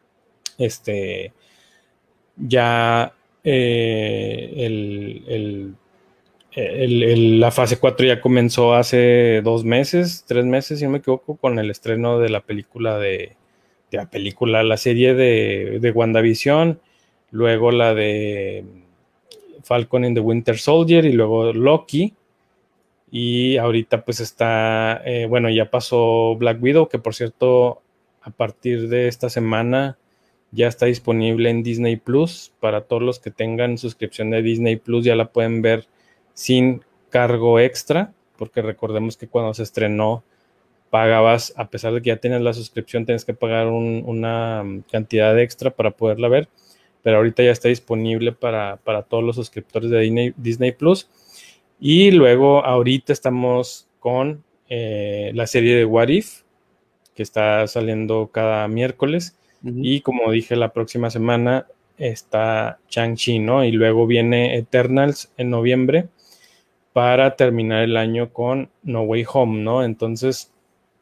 este, ya eh, el, el, el, el, la fase cuatro ya comenzó hace dos meses, tres meses, si no me equivoco, con el estreno de la película de, de la película, la serie de, de WandaVision, luego la de Falcon and the Winter Soldier y luego Loki. Y ahorita pues está, eh, bueno, ya pasó Black Widow, que por cierto, a partir de esta semana ya está disponible en Disney Plus. Para todos los que tengan suscripción de Disney Plus ya la pueden ver sin cargo extra, porque recordemos que cuando se estrenó pagabas, a pesar de que ya tienes la suscripción, tienes que pagar un, una cantidad extra para poderla ver, pero ahorita ya está disponible para, para todos los suscriptores de Disney, Disney Plus. Y luego ahorita estamos con eh, la serie de What If, que está saliendo cada miércoles. Uh-huh. Y como dije, la próxima semana está Shang-Chi, ¿no? Y luego viene Eternals en noviembre para terminar el año con No Way Home, ¿no? Entonces,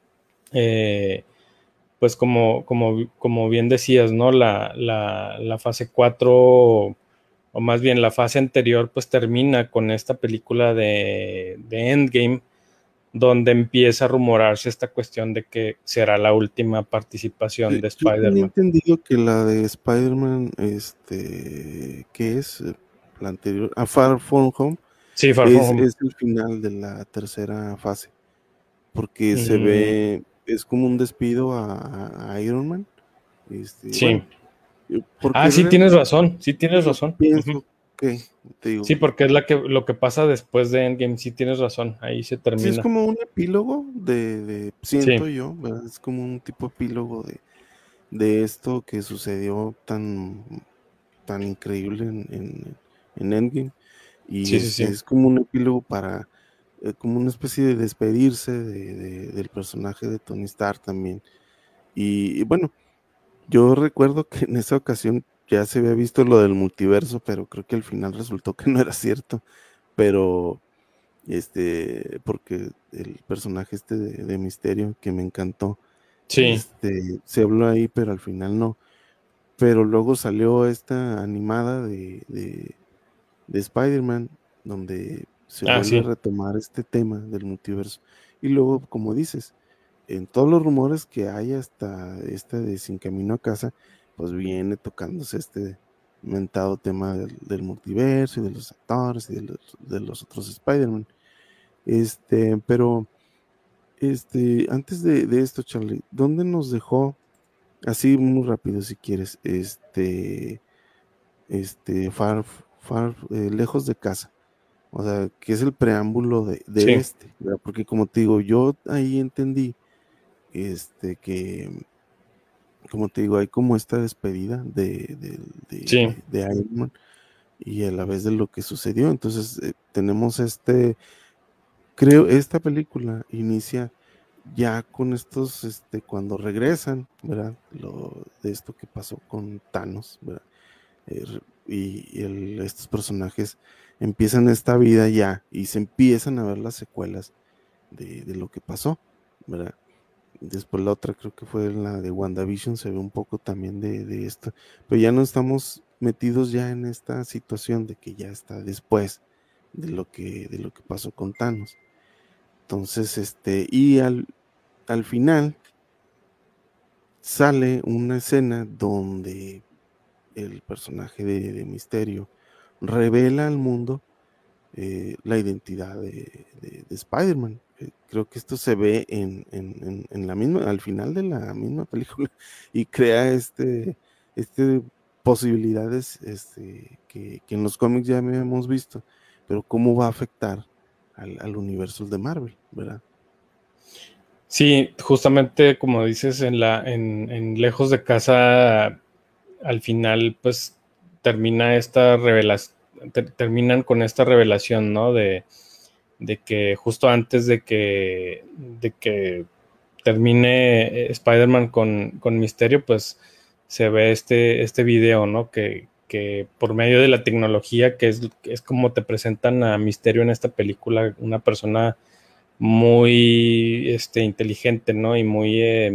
eh, pues como, como, como bien decías, ¿no? La, la, la fase cuatro, o más bien la fase anterior, pues termina con esta película de, de Endgame, donde empieza a rumorarse esta cuestión de que será la última participación sí, de Spider-Man. Yo tenía entendido que la de Spider-Man, este, ¿qué es? La anterior, a Far From Home, sí, Far es, From Home. es el final de la tercera fase, porque mm. se ve, es como un despido a, a Iron Man. Este, sí. Bueno, ah, sí, tienes razón, sí tienes razón. Pienso uh-huh. que, te digo, sí, porque es la que, lo que pasa después de Endgame, sí tienes razón, ahí se termina. Sí, es como un epílogo de, de siento sí. yo, ¿verdad? Es como un tipo epílogo de, de esto que sucedió tan, tan increíble en, en, en Endgame. Y sí, es, sí, sí. es como un epílogo para, eh, como una especie de despedirse de, de, del personaje de Tony Stark también. Y, y bueno, yo recuerdo que en esa ocasión ya se había visto lo del multiverso, pero creo que al final resultó que no era cierto. Pero, este, porque el personaje este de, de Misterio, que me encantó, sí. este, se habló ahí, pero al final no. Pero luego salió esta animada de, de, de Spider-Man, donde se ah, vuelve sí. a retomar este tema del multiverso. Y luego, como dices, en todos los rumores que hay hasta esta de Sin Camino a Casa, pues viene tocándose este mentado tema del, del multiverso y de los actores y de los, de los otros Spider-Man. Este, pero este, antes de, de esto, Charlie, ¿dónde nos dejó? Así muy rápido, si quieres, este, este, far, far, eh, lejos de casa. O sea, que es el preámbulo de, de Sí. este, ¿verdad? Porque como te digo, yo ahí entendí, este, que, como te digo, hay como esta despedida de, de, de, Sí. de Iron Man y a la vez de lo que sucedió. Entonces, eh, tenemos este, creo, esta película inicia ya con estos, este, cuando regresan, ¿verdad? Lo, de esto que pasó con Thanos, ¿verdad? Eh, y, y el, estos personajes empiezan esta vida ya y se empiezan a ver las secuelas de, de lo que pasó, ¿verdad? Después la otra creo que fue la de WandaVision, se ve un poco también de, de esto, pero ya no estamos metidos ya en esta situación de que ya está después de lo que, de lo que pasó con Thanos. Entonces, este, y al, al final sale una escena donde el personaje de, de Misterio revela al mundo eh, la identidad de, de, de Spider-Man. Eh, creo que esto se ve en, en, en, en, la misma, al final de la misma película y crea este, este posibilidades este, que, que en los cómics ya hemos visto, pero cómo va a afectar al, al universo de Marvel, ¿verdad? Sí, justamente como dices, en la, en, en Lejos de Casa, al final, pues termina esta revelación, ter, terminan con esta revelación, ¿no? De, de que justo antes de que, de que termine Spider-Man con, con Misterio, pues se ve este, este video, ¿no? Que, que por medio de la tecnología, que es, es como te presentan a Misterio en esta película, una persona muy este, inteligente, ¿no? Y muy, eh,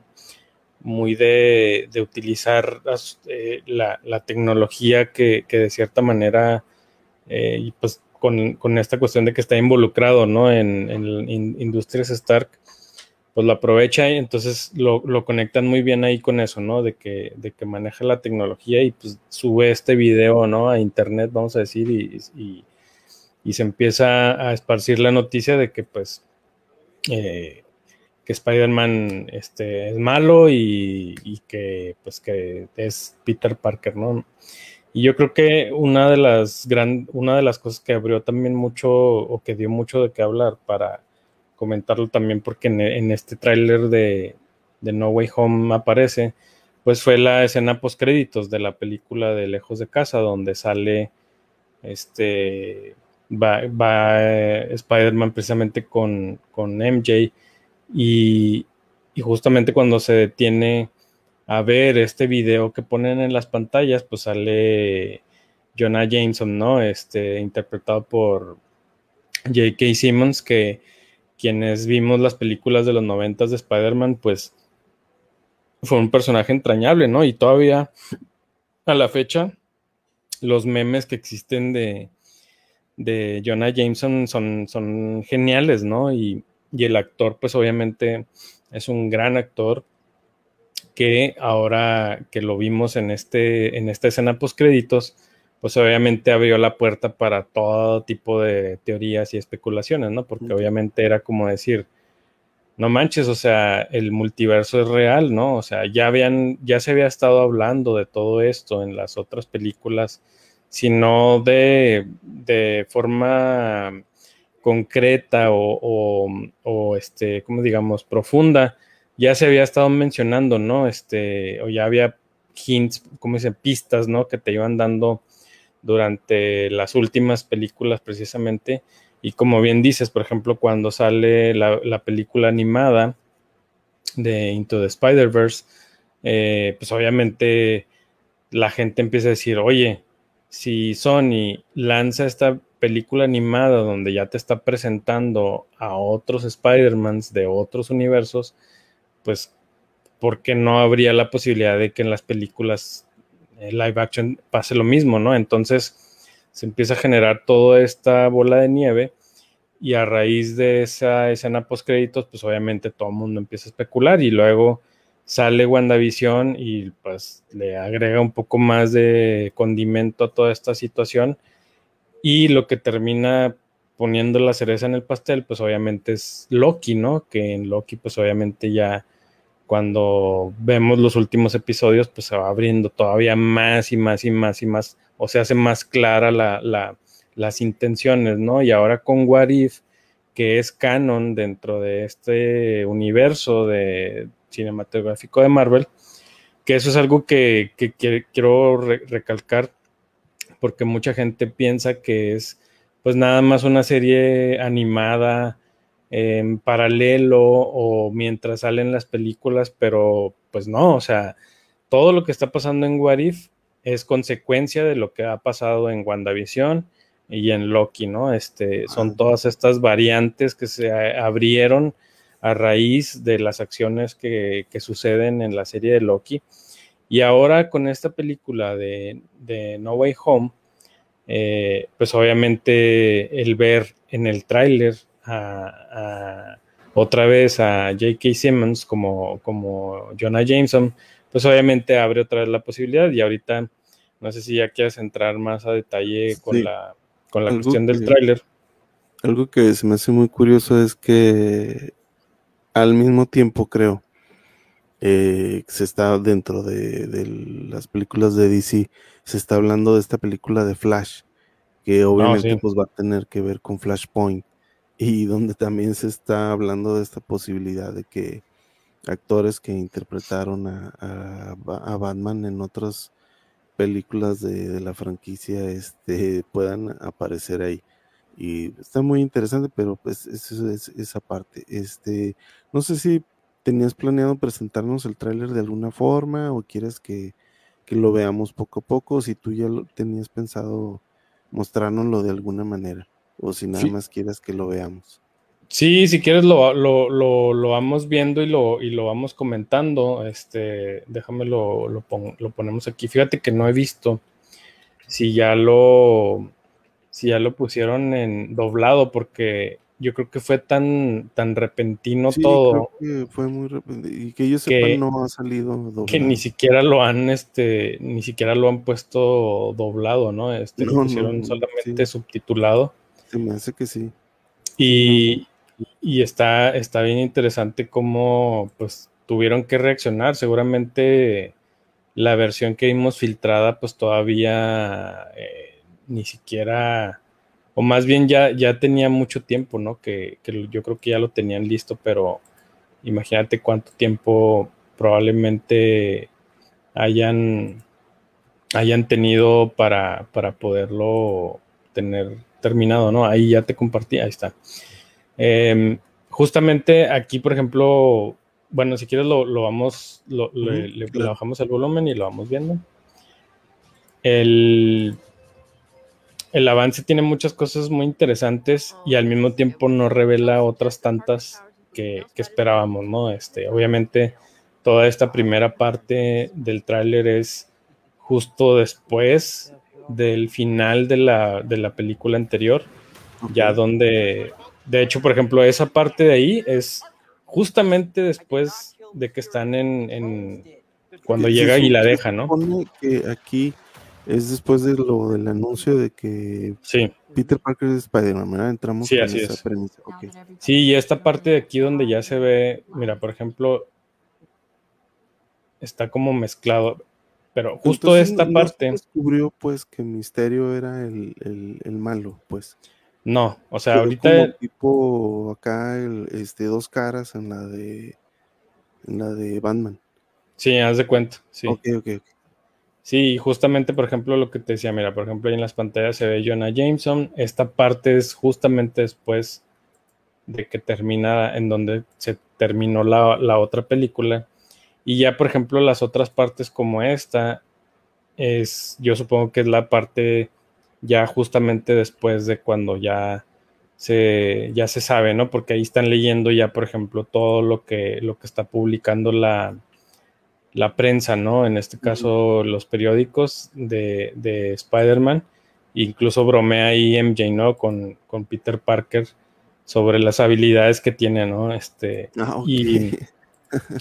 muy de, de utilizar eh, la, la, tecnología que, que de cierta manera, eh, y pues con, con, esta cuestión de que está involucrado, ¿no? En, en, en Industrias Stark, pues lo aprovecha y entonces lo, lo conectan muy bien ahí con eso, ¿no? De que, de que maneja la tecnología y pues sube este video, ¿no? A internet, vamos a decir, y, y, y se empieza a esparcir la noticia de que pues eh, que Spider-Man este, es malo y, y que pues que es Peter Parker, ¿no? Y yo creo que una de las gran, una de las cosas que abrió también mucho o que dio mucho de qué hablar para comentarlo también porque en, en este tráiler de, de No Way Home aparece, pues fue la escena post créditos de la película de Lejos de Casa, donde sale este va, va eh, Spider-Man precisamente con, con M J y, y justamente cuando se detiene a ver este video que ponen en las pantallas, pues sale Jonah Jameson, ¿no? Este, interpretado por J K. Simmons, que quienes vimos las películas de los noventas de Spider-Man, pues fue un personaje entrañable, ¿no? Y todavía a la fecha, los memes que existen de, de Jonah Jameson son, son geniales, ¿no? Y, y el actor, pues obviamente es un gran actor que ahora que lo vimos en, este, en esta escena post créditos, pues obviamente abrió la puerta para todo tipo de teorías y especulaciones, ¿no? Porque obviamente era como decir, no manches, o sea, el multiverso es real, ¿no? O sea, ya habían, ya se había estado hablando de todo esto en las otras películas, sino de, de forma concreta o, o, o este, ¿cómo digamos? Profunda, ya se había estado mencionando, ¿no? Este, o ya había hints, como dicen, pistas, ¿no? Que te iban dando durante las últimas películas precisamente. Y como bien dices, por ejemplo, cuando sale la, la película animada de Into the Spider-Verse, eh, pues obviamente la gente empieza a decir, oye, si Sony lanza esta película animada donde ya te está presentando a otros Spider-Mans de otros universos, pues, ¿por qué no habría la posibilidad de que en las películas eh, live action pase lo mismo, ¿no? Entonces se empieza a generar toda esta bola de nieve y a raíz de esa escena post créditos, pues obviamente todo el mundo empieza a especular y luego sale WandaVision y pues le agrega un poco más de condimento a toda esta situación, y lo que termina poniendo la cereza en el pastel pues obviamente es Loki, ¿no? Que en Loki pues obviamente ya cuando vemos los últimos episodios pues se va abriendo todavía más y más y más y más, o se hace más clara la, la, las intenciones, ¿no? Y ahora con What If, que es canon dentro de este universo de cinematográfico de Marvel, que eso es algo que, que, que quiero re recalcar, porque mucha gente piensa que es pues nada más una serie animada en paralelo o mientras salen las películas, pero pues no, o sea, todo lo que está pasando en What If es consecuencia de lo que ha pasado en WandaVision y en Loki, ¿no? Este, son todas estas variantes que se abrieron a raíz de las acciones que, que suceden en la serie de Loki. Y ahora con esta película de, de No Way Home, eh, pues obviamente el ver en el tráiler a, a, otra vez a J K. Simmons como, como Jonah Jameson, pues obviamente abre otra vez la posibilidad. Y ahorita no sé si ya quieres entrar más a detalle con sí. la, con la cuestión que, del tráiler. Algo que se me hace muy curioso es que al mismo tiempo, creo, eh, se está dentro de, de las películas de D C, se está hablando de esta película de Flash, que obviamente no, sí. pues va a tener que ver con Flashpoint, y donde también se está hablando de esta posibilidad de que actores que interpretaron a, a, a Batman en otras películas de, de la franquicia este, puedan aparecer ahí. Y está muy interesante, pero pues eso es esa parte. Este, no sé si tenías planeado presentarnos el tráiler de alguna forma o quieres que, que lo veamos poco a poco, o si tú ya lo tenías pensado mostrárnoslo de alguna manera, o si nada sí. más quieres que lo veamos. Sí, si quieres lo, lo, lo, lo vamos viendo y lo, y lo vamos comentando. Este, déjame lo, lo, pon, lo ponemos aquí. Fíjate que no he visto si ya lo si ya lo pusieron en doblado, porque yo creo que fue tan, tan repentino sí, todo. Creo que fue muy repentino, y que yo sepa que, no ha salido doblado. Que ni siquiera lo han, este, ni siquiera lo han puesto doblado, ¿no? Este, no, lo pusieron no, solamente sí. subtitulado. Se me hace que sí. Y, y está, está bien interesante cómo pues tuvieron que reaccionar. Seguramente la versión que vimos filtrada pues todavía eh, ni siquiera, o más bien ya, ya tenía mucho tiempo, ¿no? Que, que yo creo que ya lo tenían listo, pero imagínate cuánto tiempo probablemente hayan, hayan tenido para, para poderlo tener terminado, ¿no? Ahí ya te compartí, ahí está. Eh, justamente aquí, por ejemplo, bueno, si quieres lo, lo vamos, lo, uh-huh, le, le, claro. le bajamos el volumen y lo vamos viendo. El, el avance tiene muchas cosas muy interesantes y al mismo tiempo no revela otras tantas que, que esperábamos, ¿no? Este, obviamente, toda esta primera parte del tráiler es justo después del final de la, de la película anterior, okay. ya donde, de hecho, por ejemplo, esa parte de ahí es justamente después de que están en, en cuando llega y la deja, ¿no? Que aquí es después de lo del anuncio de que sí. Peter Parker es Spider-Man, ¿verdad? Entramos sí, con así esa es. premisa. Okay. Sí, y esta parte de aquí donde ya se ve, mira, por ejemplo, está como mezclado, pero justo Entonces, esta no, parte... No se descubrió, pues, que Misterio era el, el, el malo, pues. No, o sea, Quedó ahorita... como tipo acá, el, este, dos caras en la de en la de Batman. Sí, haz de cuenta, sí. Ok, ok, ok. Sí, justamente, por ejemplo, lo que te decía, mira, por ejemplo, ahí en las pantallas se ve Jonah Jameson. Esta parte es justamente después de que termina, en donde se terminó la, la otra película. Y ya, por ejemplo, las otras partes como esta, es, yo supongo que es la parte ya justamente después de cuando ya se, ya se sabe, ¿no? Porque ahí están leyendo ya, por ejemplo, todo lo que, lo que está publicando la, la prensa, ¿no? En este caso, uh-huh. los periódicos de, de Spider-Man. Incluso bromea ahí M J, ¿no? Con, con Peter Parker sobre las habilidades que tiene, ¿no? Este, ah, okay. y,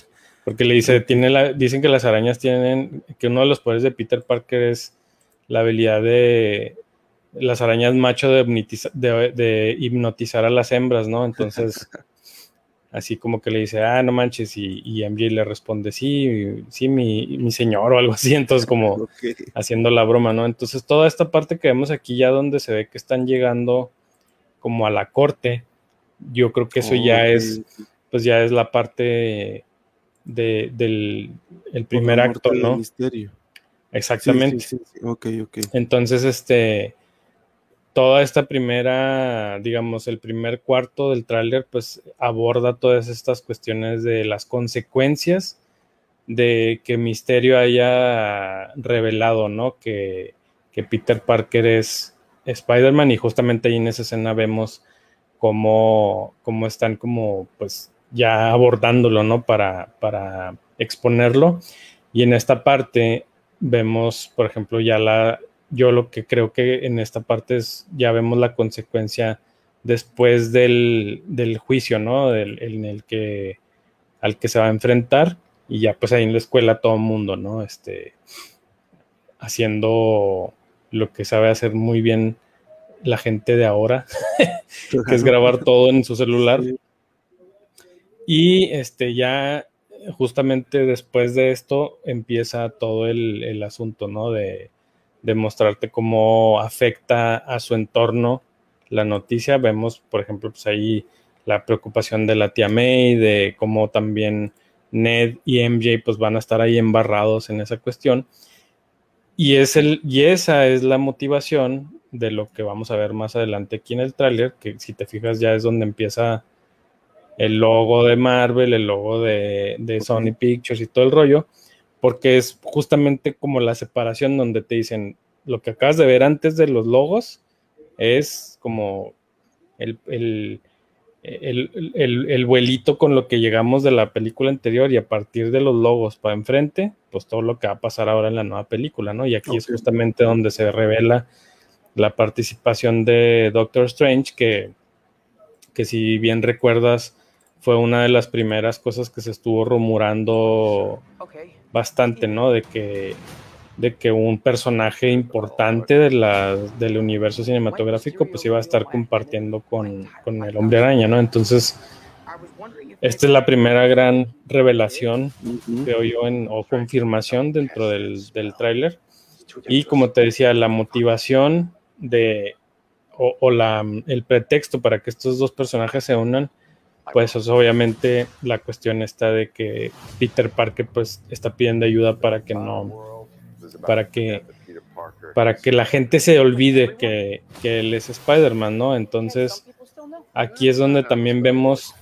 Porque le dice, tiene la, dicen que las arañas tienen, que uno de los poderes de Peter Parker es la habilidad de las arañas macho de, de, de hipnotizar a las hembras, ¿no? Entonces, así como que le dice, ah, no manches, y, y M J le responde, sí, sí, mi, mi señor, o algo así, entonces como okay. haciendo la broma, ¿no? Entonces, toda esta parte que vemos aquí ya donde se ve que están llegando como a la corte, yo creo que eso oh, ya okay. es, pues ya es la parte de, del el primer acto, ¿no? Misterio. Exactamente. Sí, sí, sí, sí. Okay, okay. Entonces, este... toda esta primera, digamos, el primer cuarto del tráiler, pues aborda todas estas cuestiones de las consecuencias de que Misterio haya revelado, ¿no? Que, que Peter Parker es Spider-Man, y justamente ahí en esa escena vemos cómo, cómo están como, pues, ya abordándolo, ¿no? Para, para exponerlo. Y en esta parte vemos, por ejemplo, ya la... yo lo que creo que en esta parte es, ya vemos la consecuencia después del, del juicio, ¿no? Del, en el que, al que se va a enfrentar, y ya pues ahí en la escuela todo el mundo, ¿no? Este, haciendo lo que sabe hacer muy bien la gente de ahora, que es grabar todo en su celular. Sí. Y este, ya justamente después de esto empieza todo el, el asunto, ¿no? De de mostrarte cómo afecta a su entorno la noticia. Vemos, por ejemplo, pues ahí la preocupación de la tía May, de cómo también Ned y M J pues van a estar ahí embarrados en esa cuestión. Y, es el, y esa es la motivación de lo que vamos a ver más adelante aquí en el tráiler, que si te fijas ya es donde empieza el logo de Marvel, el logo de, de Sony Pictures y todo el rollo, porque es justamente como la separación donde te dicen, lo que acabas de ver antes de los logos es como el, el, el, el, el vuelito con lo que llegamos de la película anterior, y a partir de los logos para enfrente, pues todo lo que va a pasar ahora en la nueva película, ¿no? Y aquí okay. es justamente donde se revela la participación de Doctor Strange, que, que si bien recuerdas, fue una de las primeras cosas que se estuvo rumorando okay. bastante, ¿no? De que, de que un personaje importante de la, del universo cinematográfico pues iba a estar compartiendo con, con el Hombre Araña, ¿no? Entonces, esta es la primera gran revelación, uh-huh. creo yo, en, o confirmación dentro del, del tráiler. Y como te decía, la motivación de, o, o la, el pretexto para que estos dos personajes se unan, pues es obviamente la cuestión está de que Peter Parker pues está pidiendo ayuda para que no, para que para que la gente se olvide que, que él es Spider-Man, ¿no? Entonces aquí es donde también vemos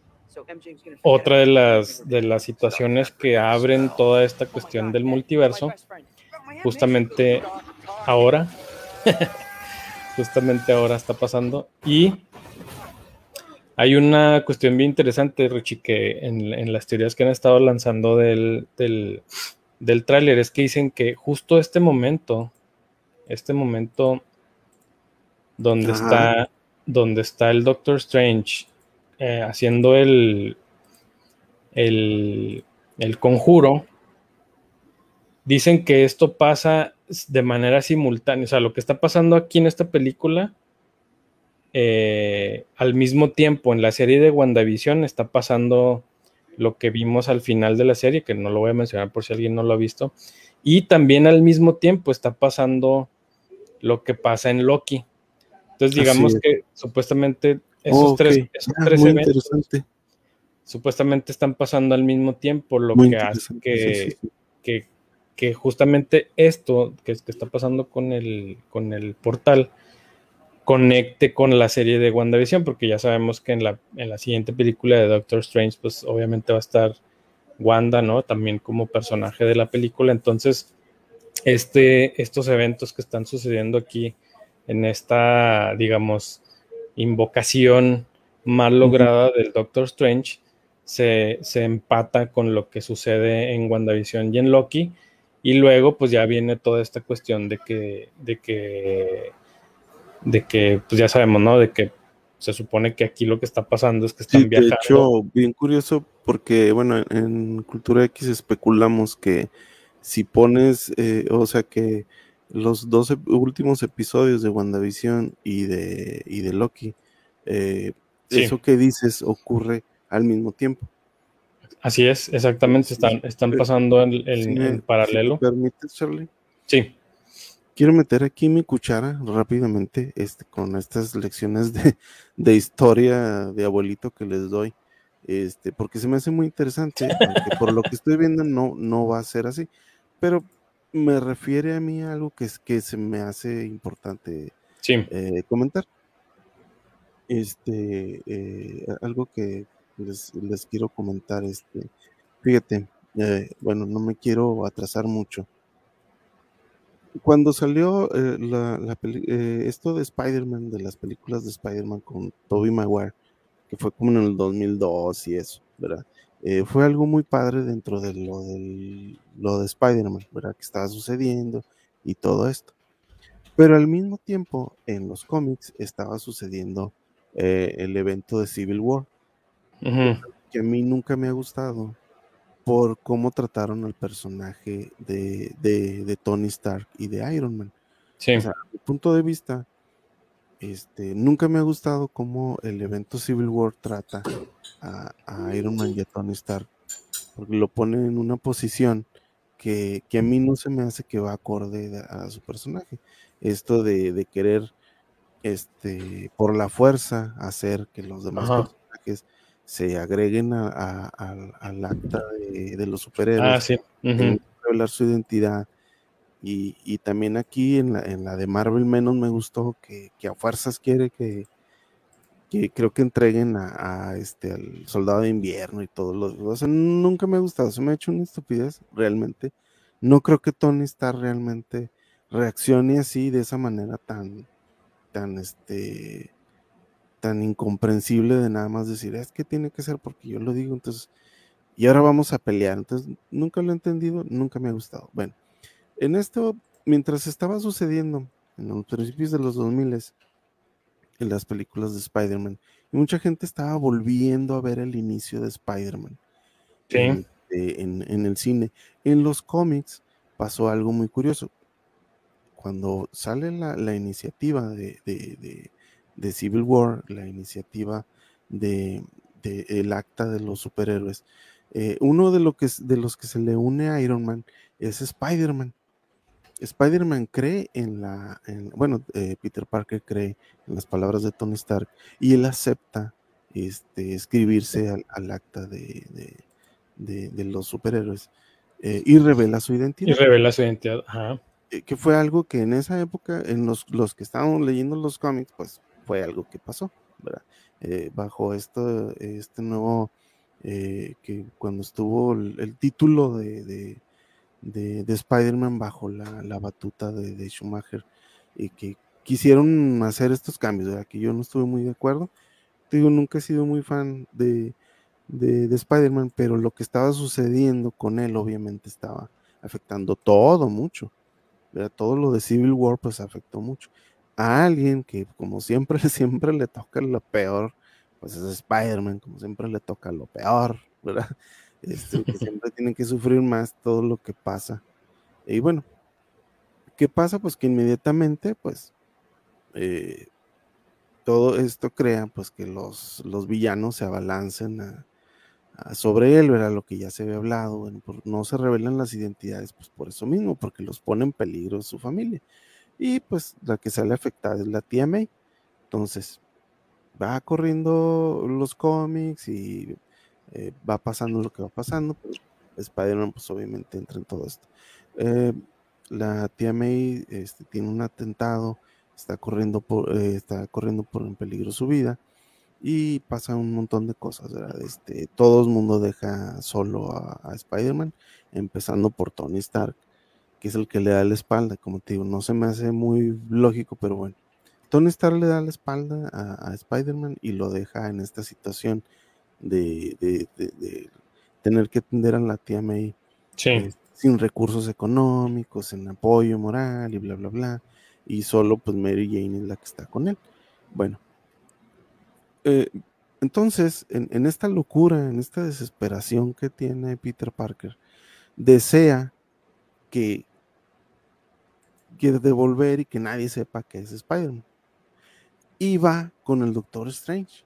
otra de las de las situaciones que abren toda esta cuestión del multiverso, justamente ahora justamente ahora está pasando. Y hay una cuestión bien interesante, Richie, que en, en las teorías que han estado lanzando del, del, del tráiler, es que dicen que justo este momento, este momento donde, está, donde está el Doctor Strange eh, haciendo el, el, el conjuro, dicen que esto pasa de manera simultánea. O sea, lo que está pasando aquí en esta película, Eh, al mismo tiempo en la serie de WandaVision está pasando lo que vimos al final de la serie, que no lo voy a mencionar por si alguien no lo ha visto, y también al mismo tiempo está pasando lo que pasa en Loki. Entonces digamos que supuestamente esos oh, tres, okay. esos ah, tres muy eventos interesante. Supuestamente están pasando al mismo tiempo, lo muy que hace que, sí, sí, sí. que, que justamente esto que, que está pasando con el, con el portal conecte con la serie de WandaVision, porque ya sabemos que en la, en la siguiente película de Doctor Strange, pues obviamente va a estar Wanda, ¿no? También como personaje de la película. Entonces, este, estos eventos que están sucediendo aquí en esta, digamos, invocación mal lograda uh-huh. del Doctor Strange, se, se empata con lo que sucede en WandaVision y en Loki, y luego pues ya viene toda esta cuestión de que, de que de que, pues ya sabemos, ¿no? De que se supone que aquí lo que está pasando es que Sí, están de viajando. hecho, bien curioso, porque, bueno, en Cultura X especulamos que si pones, eh, o sea, que los dos ep- últimos episodios de WandaVision y de, y de Loki, eh, Sí, eso que dices ocurre al mismo tiempo. así es, exactamente, Sí, están, están eh, pasando en, si en- me, en si me paralelo. permites, Charlie. Sí, Quiero meter aquí mi cuchara rápidamente, este, con estas lecciones de, de historia de abuelito que les doy, este, porque se me hace muy interesante, aunque por lo que estoy viendo no, no va a ser así, pero me refiere a mí a algo que, es, que se me hace importante sí, eh, comentar. Este, eh, algo que les, les quiero comentar, este, fíjate, eh, bueno, no me quiero atrasar mucho. Cuando salió eh, la, la peli- eh, esto de Spider-Man, de las películas de Spider-Man con Tobey Maguire, que fue como en el dos mil dos y eso, ¿verdad? Eh, fue algo muy padre dentro de lo, del, lo de Spider-Man, ¿verdad? Que estaba sucediendo y todo esto. Pero al mismo tiempo, en los cómics estaba sucediendo eh, el evento de Civil War, ujú, que a mí nunca me ha gustado por cómo trataron al personaje de, de, de Tony Stark y de Iron Man. O sí, sea, a mi punto de vista, este, nunca me ha gustado cómo el evento Civil War trata a, a Iron Man y a Tony Stark, porque lo pone en una posición que, que a mí no se me hace que va acorde de- a su personaje. Esto de, de querer, este, por la fuerza, hacer que los demás ajá. personajes se agreguen a- a- al, al acta de, de los Ah, superhéroes, sí, tengan ujú, que revelar su identidad. Y, y también aquí en la, en la de Marvel menos me gustó que, que a fuerzas quiere que, que creo que entreguen a, a, este al Soldado de Invierno y todo lo, o sea, nunca me ha gustado, se me ha hecho una estupidez realmente. No creo que Tony Stark realmente reaccione así de esa manera tan tan este tan incomprensible de nada más decir, es que tiene que ser porque yo lo digo, entonces y ahora vamos a pelear. Entonces, nunca lo he entendido, nunca me ha gustado. Bueno, en esto, mientras estaba sucediendo en los principios de los dos mil, en las películas de Spider-Man, y mucha gente estaba volviendo a ver el inicio de Spider-Man en, sí, este, en, en el cine. En los cómics pasó algo muy curioso. Cuando sale la, la iniciativa de, de, de, de Civil War, la iniciativa de, de el acta de los superhéroes, eh, uno de, lo que, de los que se le une a Iron Man es Spider-Man. Spider-Man cree en la, en- bueno, eh, Peter Parker cree en las palabras de Tony Stark y él acepta este, escribirse al, al acta de, de, de- de los superhéroes eh, y revela su y identidad, revela su identidad, ajá, eh, que fue algo que en esa época, en los, los que estábamos leyendo los cómics, pues fue algo que pasó, ¿verdad? Eh, bajo esto, este nuevo, eh, que cuando estuvo el, el título de, de de, de Spider-Man bajo la, la batuta de, de Schumacher y que quisieron hacer estos cambios, ¿verdad? Que yo no estuve muy de acuerdo. Te digo, nunca he sido muy fan de, de, de Spider-Man, pero lo que estaba sucediendo con él obviamente estaba afectando todo mucho, ¿verdad? Todo lo de Civil War pues afectó mucho. A alguien que como siempre, siempre le toca lo peor, pues es Spider-Man, como siempre le toca lo peor, ¿verdad? Este, que siempre tienen que sufrir más todo lo que pasa. Y bueno, ¿qué pasa? Pues que inmediatamente, pues, eh, todo esto crea, pues, que los, los villanos se abalancen a, a sobre él, era lo que ya se había hablado, bueno, por, no se revelan las identidades, pues, por eso mismo, porque los pone en peligro su familia. Y, pues, la que sale afectada es la tía May. Entonces, va corriendo los cómics y eh, va pasando lo que va pasando, pero Spider-Man, pues, obviamente entra en todo esto. Eh, la tía May este, tiene un atentado, está corriendo por, eh, está corriendo por en peligro su vida y pasa un montón de cosas, ¿verdad? Este, todo el mundo deja solo a, a Spider-Man, empezando por Tony Stark, que es el que le da la espalda, como te digo, no se me hace muy lógico, pero bueno. Tony Stark le da la espalda a, a Spider-Man y lo deja en esta situación de, de, de, de tener que atender a la tía May sí, eh, sin recursos económicos, sin apoyo moral y bla, bla, bla. Y solo pues Mary Jane es la que está con él. Bueno, Eh, entonces, en, en esta locura, en esta desesperación que tiene Peter Parker, desea que quiere devolver y que nadie sepa que es Spider-Man. Y va con el Doctor Strange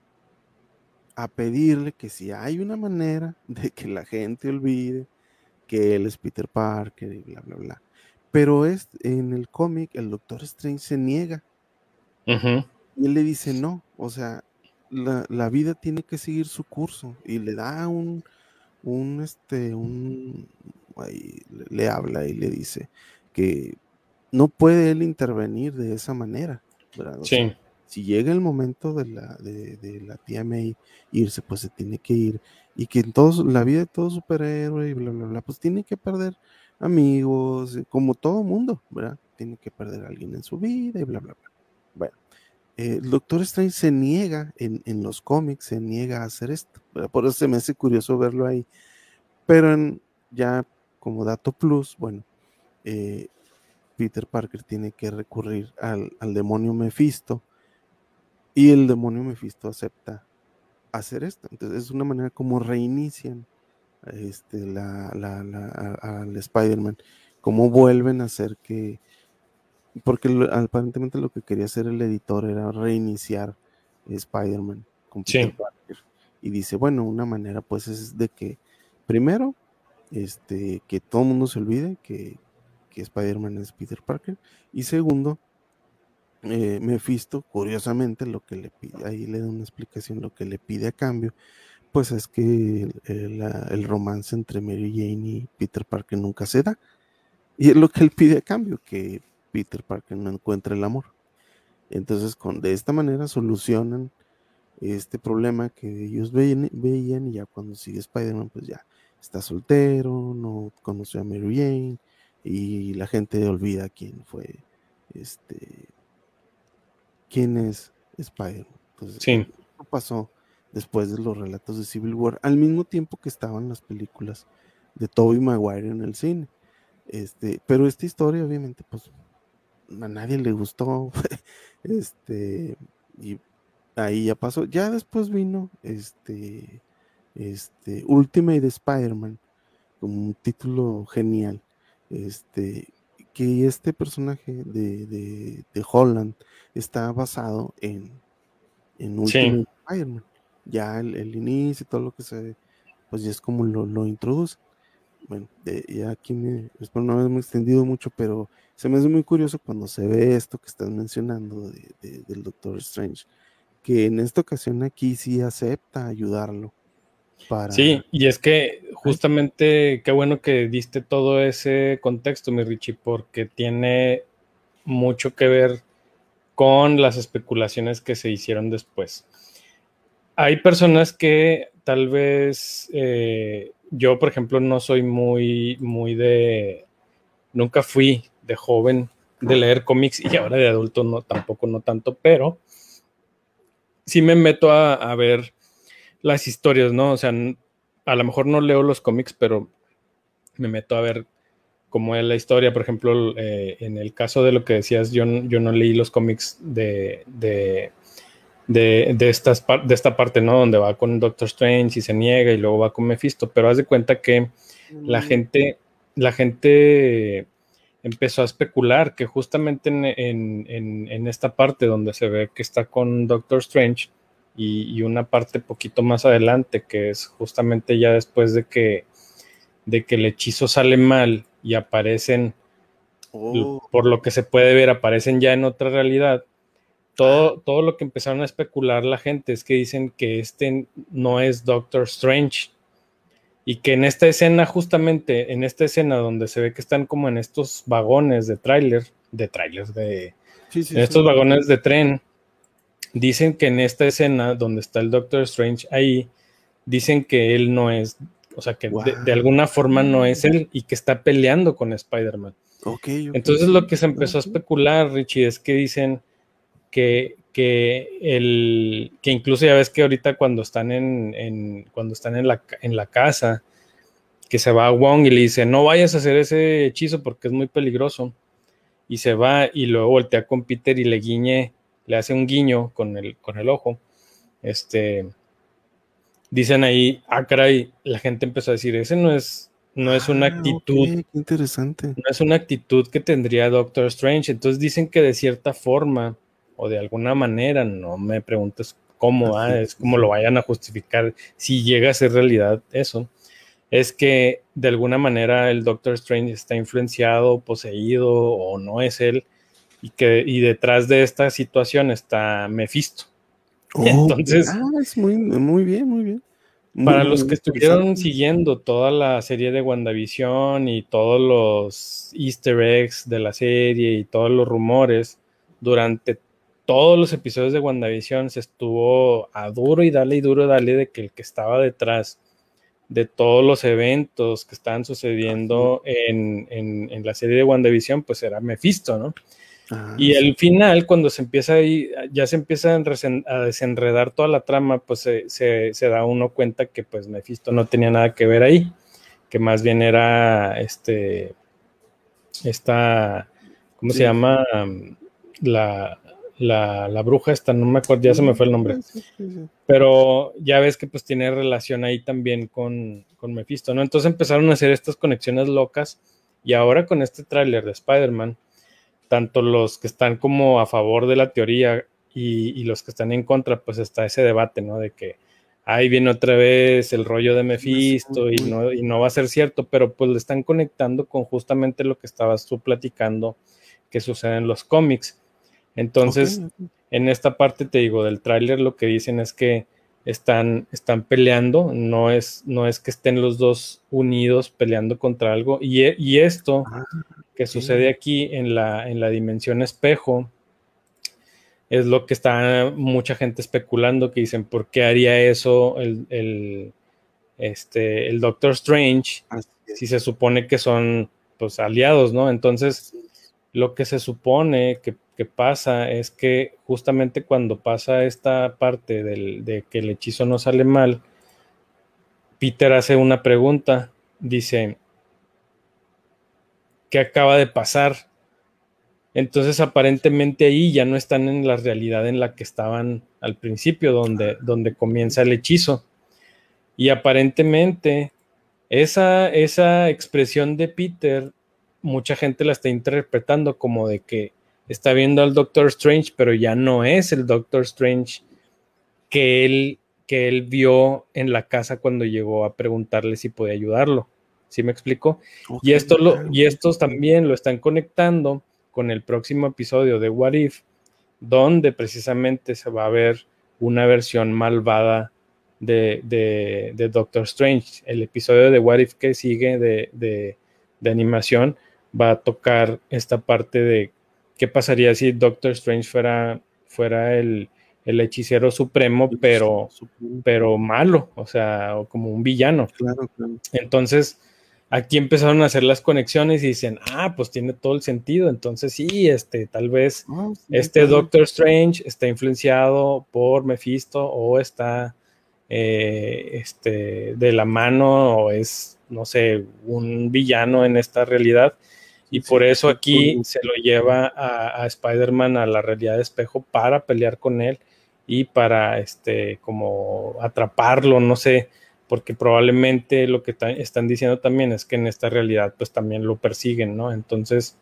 a pedirle que si hay una manera de que la gente olvide que él es Peter Parker y bla, bla, bla. Pero es, en el cómic el Doctor Strange se niega. Uh-huh. Y él le dice no, o sea, la, la vida tiene que seguir su curso. Y le da un, un, este, un, ahí, le, le habla y le dice que no puede él intervenir de esa manera, ¿verdad? O sí. sea, si llega el momento de la, de, de la tía May irse, pues se tiene que ir, y que en todos, la vida de todo superhéroe y bla, bla, bla, pues tiene que perder amigos, como todo mundo, ¿verdad? Tiene que perder a alguien en su vida y bla, bla, bla. Bueno, eh, el Doctor Strange se niega, en, en los cómics, se niega a hacer esto, ¿verdad? Por eso se me hace curioso verlo ahí, pero en, ya como dato plus, bueno, eh, Peter Parker tiene que recurrir al, al demonio Mephisto y el demonio Mephisto acepta hacer esto. Entonces es una manera como reinician este, la, la, la, a, al Spider-Man, como vuelven a hacer que, porque lo, aparentemente lo que quería hacer el editor era reiniciar Spider-Man con Peter sí. Parker, y dice, bueno, una manera pues es de que primero este, que todo el mundo se olvide que que Spider-Man es Peter Parker, y segundo, eh, Mephisto, curiosamente, lo que le pide, ahí le da una explicación, lo que le pide a cambio, pues es que el, el, el romance entre Mary Jane y Peter Parker nunca se da, y es lo que él pide a cambio, que Peter Parker no encuentre el amor. Entonces, con, de esta manera solucionan este problema que ellos veían, veían y ya cuando sigue Spider-Man, pues ya está soltero, no conoció a Mary Jane, y la gente olvida quién fue, este, quién es Spider-Man. Entonces, sí. esto pasó después de los relatos de Civil War, al mismo tiempo que estaban las películas de Tobey Maguire en el cine. Este, pero esta historia, obviamente, pues a nadie le gustó. este, y ahí ya pasó. Ya después vino este, este Ultimate Spider-Man, como un título genial. Este, que este personaje de, de, de Holland está basado en, en Ultimate sí. Spider-Man. Ya el, el inicio y todo lo que se, pues ya es como lo, lo introduce. Bueno, de, ya aquí me, espero no haberme extendido mucho, pero se me hace muy curioso cuando se ve esto que estás mencionando de, de, del Doctor Strange, que en esta ocasión aquí sí acepta ayudarlo. Para... Sí, y es que justamente qué bueno que diste todo ese contexto, mi Richie, porque tiene mucho que ver con las especulaciones que se hicieron después. Hay personas que tal vez, eh, yo por ejemplo no soy muy, muy de, nunca fui de joven de leer cómics y ahora de adulto no, tampoco no tanto, pero sí me meto a, a ver las historias, ¿no? O sea, a lo mejor no leo los cómics, pero me meto a ver cómo es la historia. Por ejemplo, eh, en el caso de lo que decías, yo, yo no leí los cómics de, de, de, de, estas, de esta parte, ¿no? Donde va con Doctor Strange y se niega y luego va con Mephisto, pero haz de cuenta que la gente, la gente empezó a especular que justamente en, en, en, en esta parte donde se ve que está con Doctor Strange, Y, y una parte poquito más adelante, que es justamente ya después de que, de que el hechizo sale mal y aparecen, oh. por lo que se puede ver, aparecen ya en otra realidad. Todo, todo lo que empezaron a especular la gente es que dicen que este no es Doctor Strange y que en esta escena, justamente en esta escena donde se ve que están como en estos vagones de tráiler, de trailers, de sí, sí, en estos sí. vagones de tren, dicen que en esta escena donde está el Doctor Strange ahí, dicen que él no es, o sea, que wow. de, de alguna forma no es él y que está peleando con Spider-Man. Okay, okay, Entonces sí, lo que se empezó okay. a especular, Richie, es que dicen que, que, el, que incluso ya ves que ahorita cuando están en, en, cuando están en la, en la casa, que se va a Wong y le dice, no vayas a hacer ese hechizo porque es muy peligroso. Y se va y luego voltea con Peter y le guiñe, le hace un guiño con el, con el ojo este, dicen ahí, ah, caray, la gente empezó a decir, ese no es, no es una Ah, actitud, ok, qué interesante. no es una actitud que tendría Doctor Strange. Entonces dicen que de cierta forma o de alguna manera, no me preguntes cómo, Así ah, es, es como sí. lo vayan a justificar si llega a ser realidad eso, es que de alguna manera el Doctor Strange está influenciado, poseído o no es él, y que y detrás de esta situación está Mephisto. Ok, Entonces, ah, es muy, muy bien, muy bien. Muy, para muy los que interesante. estuvieron siguiendo toda la serie de WandaVision y todos los Easter eggs de la serie y todos los rumores, durante todos los episodios de WandaVision se estuvo a duro y dale y duro y dale de que el que estaba detrás de todos los eventos que estaban sucediendo en, en, en la serie de WandaVision, pues era Mephisto, ¿no? Ah, Y sí. el final, cuando se empieza ahí, ya se empieza a desenredar toda la trama, pues se, se, se da uno cuenta que pues Mephisto no tenía nada que ver ahí, que más bien era este, esta, ¿cómo se Sí, sí. llama? La, la, la bruja esta, no me acuerdo, ya se me fue el nombre. Sí, sí, sí. Pero ya ves que pues tiene relación ahí también con, con Mephisto, ¿no? Entonces empezaron a hacer estas conexiones locas y ahora con este tráiler de Spider-Man, tanto los que están como a favor de la teoría y, y, los que están en contra, pues está ese debate, ¿no? De que ahí viene otra vez el rollo de Mephisto y no, y no va a ser cierto, pero pues le están conectando con justamente lo que estabas tú platicando que sucede en los cómics. Entonces, Okay. en esta parte te digo, del tráiler lo que dicen es que están, están peleando, no es, no es que estén los dos unidos peleando contra algo, y, y esto Ah, que okay. sucede aquí en la, en la dimensión espejo es lo que está mucha gente especulando, que dicen, ¿por qué haría eso el, el, este, el Doctor Strange si se supone que son pues aliados, ¿no? Entonces, lo que se supone que, que pasa es que justamente cuando pasa esta parte del, de que el hechizo no sale mal, Peter hace una pregunta, dice, ¿qué acaba de pasar? Entonces aparentemente ahí ya no están en la realidad en la que estaban al principio, donde, donde comienza el hechizo. Y aparentemente esa, esa expresión de Peter, mucha gente la está interpretando como de que está viendo al Doctor Strange, pero ya no es el Doctor Strange que él, que él vio en la casa cuando llegó a preguntarle si podía ayudarlo. ¿Sí me explico? Okay. Y, esto lo, Ah, y estos también lo están conectando con el próximo episodio de What If, donde precisamente se va a ver una versión malvada de, de, de Doctor Strange. El episodio de What If que sigue de, de, de animación va a tocar esta parte de qué pasaría si Doctor Strange fuera, fuera el, el hechicero supremo, pero, pero malo, o sea, como un villano. Claro, claro. Entonces, aquí empezaron a hacer las conexiones y dicen, ah, pues tiene todo el sentido. Entonces, sí, este, tal vez Oh, sí, este padre. Doctor Strange está influenciado por Mephisto o está eh, este, de la mano o es, no sé, un villano en esta realidad. Y por eso aquí se lo lleva a, a Spider-Man a la realidad de espejo para pelear con él y para este como atraparlo, no sé, porque probablemente lo que están diciendo también es que en esta realidad pues también lo persiguen, ¿no? Entonces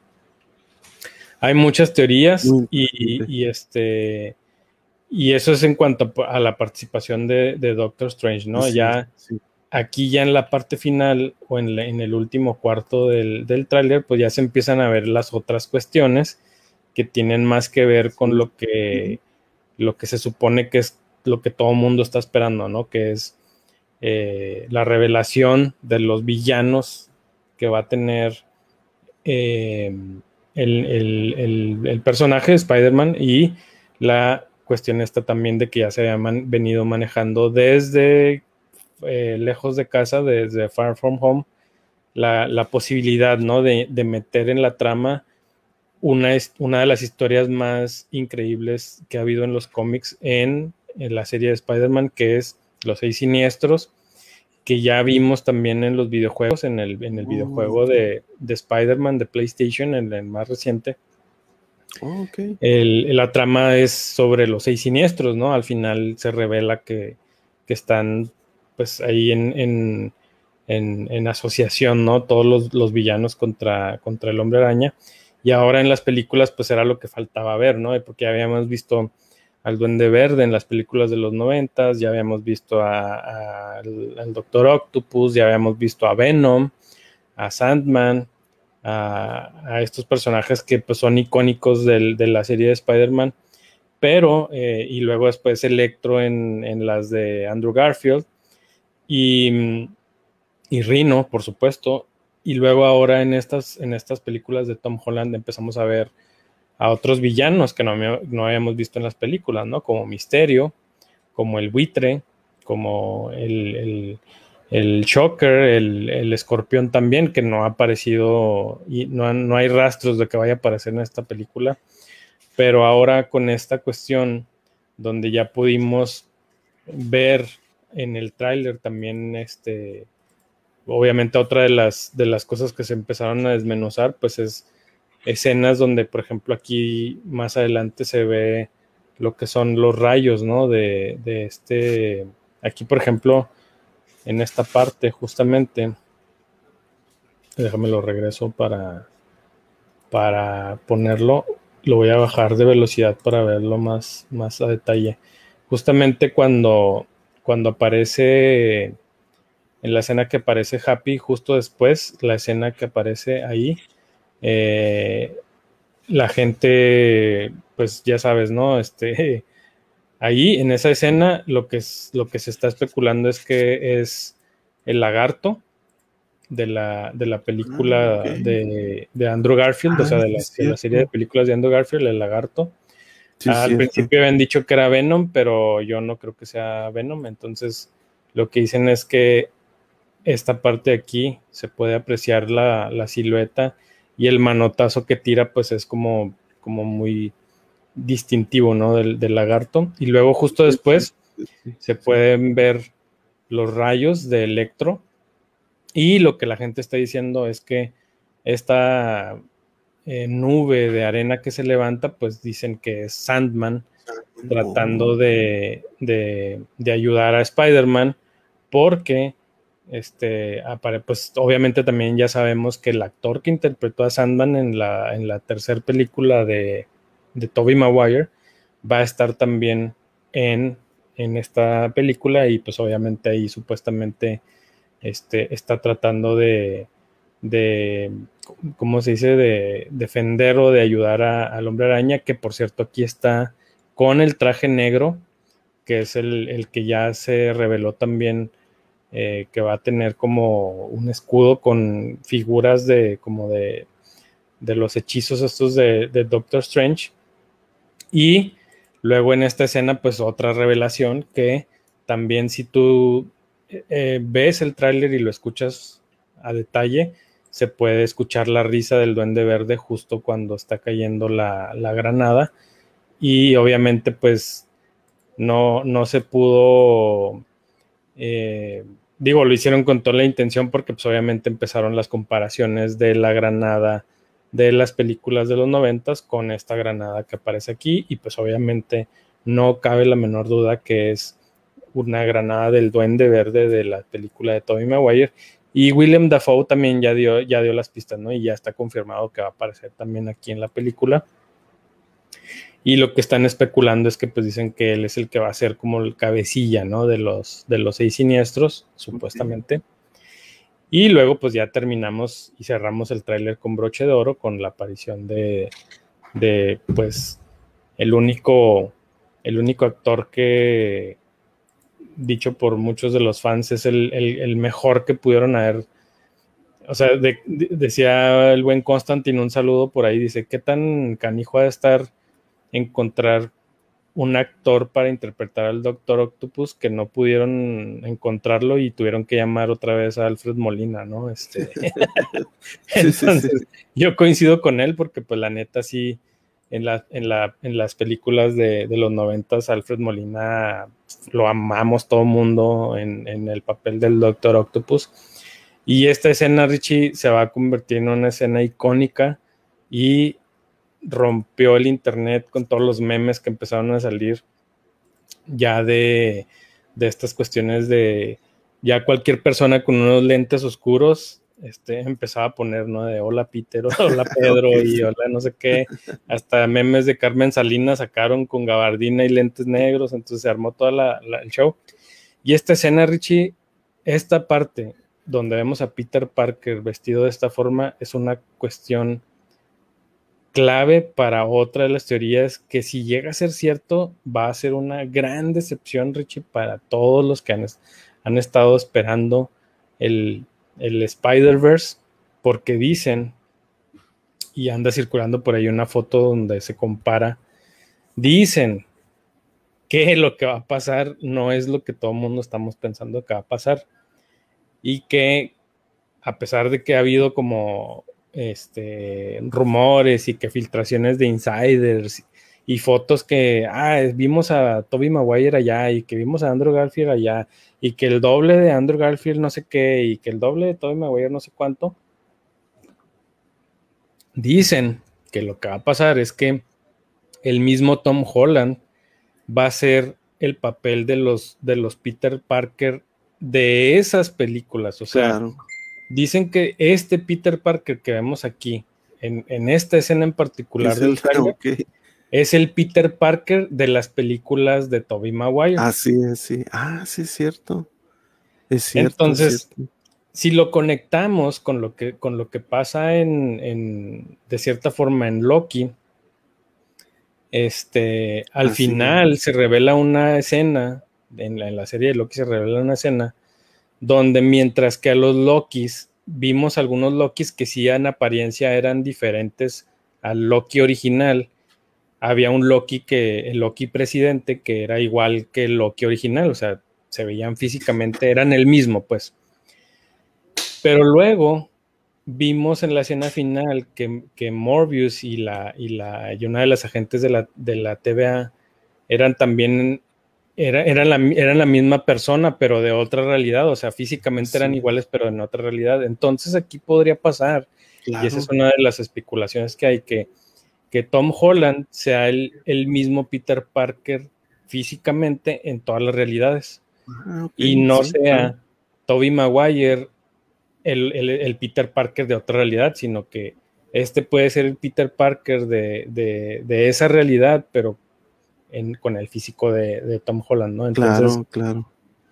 hay muchas teorías y, y este y eso es en cuanto a la participación de, de Doctor Strange, ¿no? Sí, ya sí. aquí ya en la parte final o en, la, en el último cuarto del, del tráiler, pues ya se empiezan a ver las otras cuestiones que tienen más que ver con Sí. lo que, lo que se supone que es lo que todo mundo está esperando, ¿no? Que es eh, la revelación de los villanos que va a tener eh, el, el, el, el, personaje de Spider-Man y la cuestión está también de que ya se había man, venido manejando desde eh, lejos de casa, desde Far From Home, la, la posibilidad, ¿no? de, de meter en la trama una, una de las historias más increíbles que ha habido en los cómics en, en la serie de Spider-Man, que es Los Seis Siniestros, que ya vimos también en los videojuegos, en el, en el videojuego de, de Spider-Man de PlayStation, en el más reciente. Oh, okay. El, la trama es sobre los seis siniestros, ¿no? Al final se revela que, que están pues ahí en, en, en, en asociación, ¿no? Todos los, los villanos contra, contra el Hombre Araña. Y ahora en las películas pues era lo que faltaba ver, ¿no? Porque ya habíamos visto al Duende Verde en las películas de los noventas, ya habíamos visto a, a, al, al Doctor Octopus, ya habíamos visto a Venom, a Sandman, a, a estos personajes que pues, son icónicos del, de la serie de Spider-Man, pero, eh, y luego después Electro en, en las de Andrew Garfield, y, y Rhino, por supuesto, y luego ahora en estas, en estas películas de Tom Holland empezamos a ver a otros villanos que no, no habíamos visto en las películas, ¿no? Como Misterio, como el Buitre, como el, el, el Shocker, el, el Escorpión también, que no ha aparecido y no, no hay rastros de que vaya a aparecer en esta película. Pero ahora con esta cuestión, donde ya pudimos ver en el tráiler también, este, obviamente otra de las, de las cosas que se empezaron a desmenuzar, pues es escenas donde, por ejemplo, aquí más adelante se ve lo que son los rayos, ¿no? De, de este, aquí, por ejemplo, en esta parte, justamente, déjame lo regreso para, para ponerlo, lo voy a bajar de velocidad para verlo más, más a detalle. Justamente cuando, cuando aparece, en la escena que aparece Happy, justo después, la escena que aparece ahí, eh, la gente, pues ya sabes, ¿no? Este, ahí en esa escena lo que, es, lo que se está especulando es que es el lagarto de la, de la película ah, okay. de, de Andrew Garfield, ah, o sea, de la, de la serie de películas de Andrew Garfield, el lagarto. Sí, Al cierto. principio habían dicho que era Venom, pero yo no creo que sea Venom, entonces lo que dicen es que esta parte de aquí se puede apreciar la, la silueta y el manotazo que tira pues es como, como muy distintivo, ¿no? Del, del lagarto. Y luego justo después se pueden ver los rayos de Electro y lo que la gente está diciendo es que esta eh, nube de arena que se levanta pues dicen que es Sandman oh. tratando de, de, de ayudar a Spider-Man porque Este, pues obviamente también ya sabemos que el actor que interpretó a Sandman en la, en la tercera película de, de Tobey Maguire va a estar también en, en esta película y pues obviamente ahí supuestamente este, está tratando de, de ¿cómo se dice? De defender o de ayudar a, al Hombre Araña, que por cierto aquí está con el traje negro, que es el, el que ya se reveló también Eh, que va a tener como un escudo con figuras de como de, de los hechizos estos de, de Doctor Strange. Y luego en esta escena pues otra revelación que también si tú eh, ves el tráiler y lo escuchas a detalle, se puede escuchar la risa del Duende Verde justo cuando está cayendo la, la granada y obviamente pues no, no se pudo eh, digo, lo hicieron con toda la intención porque pues obviamente empezaron las comparaciones de la granada de las películas de los noventas con esta granada que aparece aquí y pues obviamente no cabe la menor duda que es una granada del Duende Verde de la película de Tobey Maguire y Willem Dafoe también ya dio, ya dio las pistas, ¿no? Y ya está confirmado que va a aparecer también aquí en la película. Y lo que están especulando es que pues dicen que él es el que va a ser como el cabecilla, ¿no? De los, de los seis siniestros, supuestamente. Y luego pues ya terminamos y cerramos el tráiler con broche de oro con la aparición de, de pues el único, el único actor que, dicho por muchos de los fans, es el, el, el mejor que pudieron haber. O sea, de, de, decía el buen Constantine, un saludo por ahí, dice, ¿qué tan canijo ha de estar encontrar un actor para interpretar al Doctor Octopus que no pudieron encontrarlo y tuvieron que llamar otra vez a Alfred Molina, ¿no? Este, entonces, sí, sí, sí. Yo coincido con él porque pues la neta sí, en, la, en, la, en las películas de, de los noventas, Alfred Molina lo amamos todo el mundo en, en el papel del Doctor Octopus y esta escena, Richie, se va a convertir en una escena icónica y rompió el internet con todos los memes que empezaron a salir ya de, de estas cuestiones de ya cualquier persona con unos lentes oscuros este, empezaba a poner, ¿no? De hola Peter, hola Pedro okay, y sí. Hola no sé qué, hasta memes de Carmen Salinas sacaron con gabardina y lentes negros, entonces se armó todo el show. Y esta escena, Richie, esta parte donde vemos a Peter Parker vestido de esta forma es una cuestión clave para otra de las teorías que si llega a ser cierto va a ser una gran decepción, Richie, para todos los que han, han estado esperando el, el Spider-Verse, porque dicen, y anda circulando por ahí una foto donde se compara, dicen que lo que va a pasar no es lo que todo el mundo estamos pensando que va a pasar, y que a pesar de que ha habido como este, rumores y que filtraciones de insiders y fotos que ah, vimos a Tobey Maguire allá y que vimos a Andrew Garfield allá y que el doble de Andrew Garfield no sé qué y que el doble de Tobey Maguire no sé cuánto, dicen que lo que va a pasar es que el mismo Tom Holland va a ser el papel de los, de los Peter Parker de esas películas, o sea, claro. Dicen que este Peter Parker que vemos aquí, en, en esta escena en particular es del el, trailer, okay. es el Peter Parker de las películas de Tobey Maguire. Así es, sí. Ah, sí, es cierto. Es cierto. Entonces, es cierto. Si lo conectamos con lo que, con lo que pasa en, en, de cierta forma en Loki, este, al Así final es. se revela una escena, en la, en la serie de Loki se revela una escena, donde mientras que a los Lokis, vimos algunos Lokis que sí en apariencia eran diferentes al Loki original, había un Loki que, el Loki presidente, que era igual que el Loki original, o sea, se veían físicamente, eran el mismo, pues. Pero luego vimos en la escena final que, que Morbius y, la, y, la, y una de las agentes de la, de la T V A eran también, era, eran, la, eran la misma persona, pero de otra realidad, o sea, físicamente sí. eran iguales, pero en otra realidad. Entonces aquí podría pasar, claro. Y esa es una de las especulaciones que hay, que, que Tom Holland sea el, el mismo Peter Parker físicamente en todas las realidades. Ah, okay, y no sí, sea claro. Tobey Maguire El, el, el Peter Parker de otra realidad, sino que este puede ser el Peter Parker de, de, de esa realidad, pero en, con el físico de, de Tom Holland, ¿no? Entonces, claro, claro.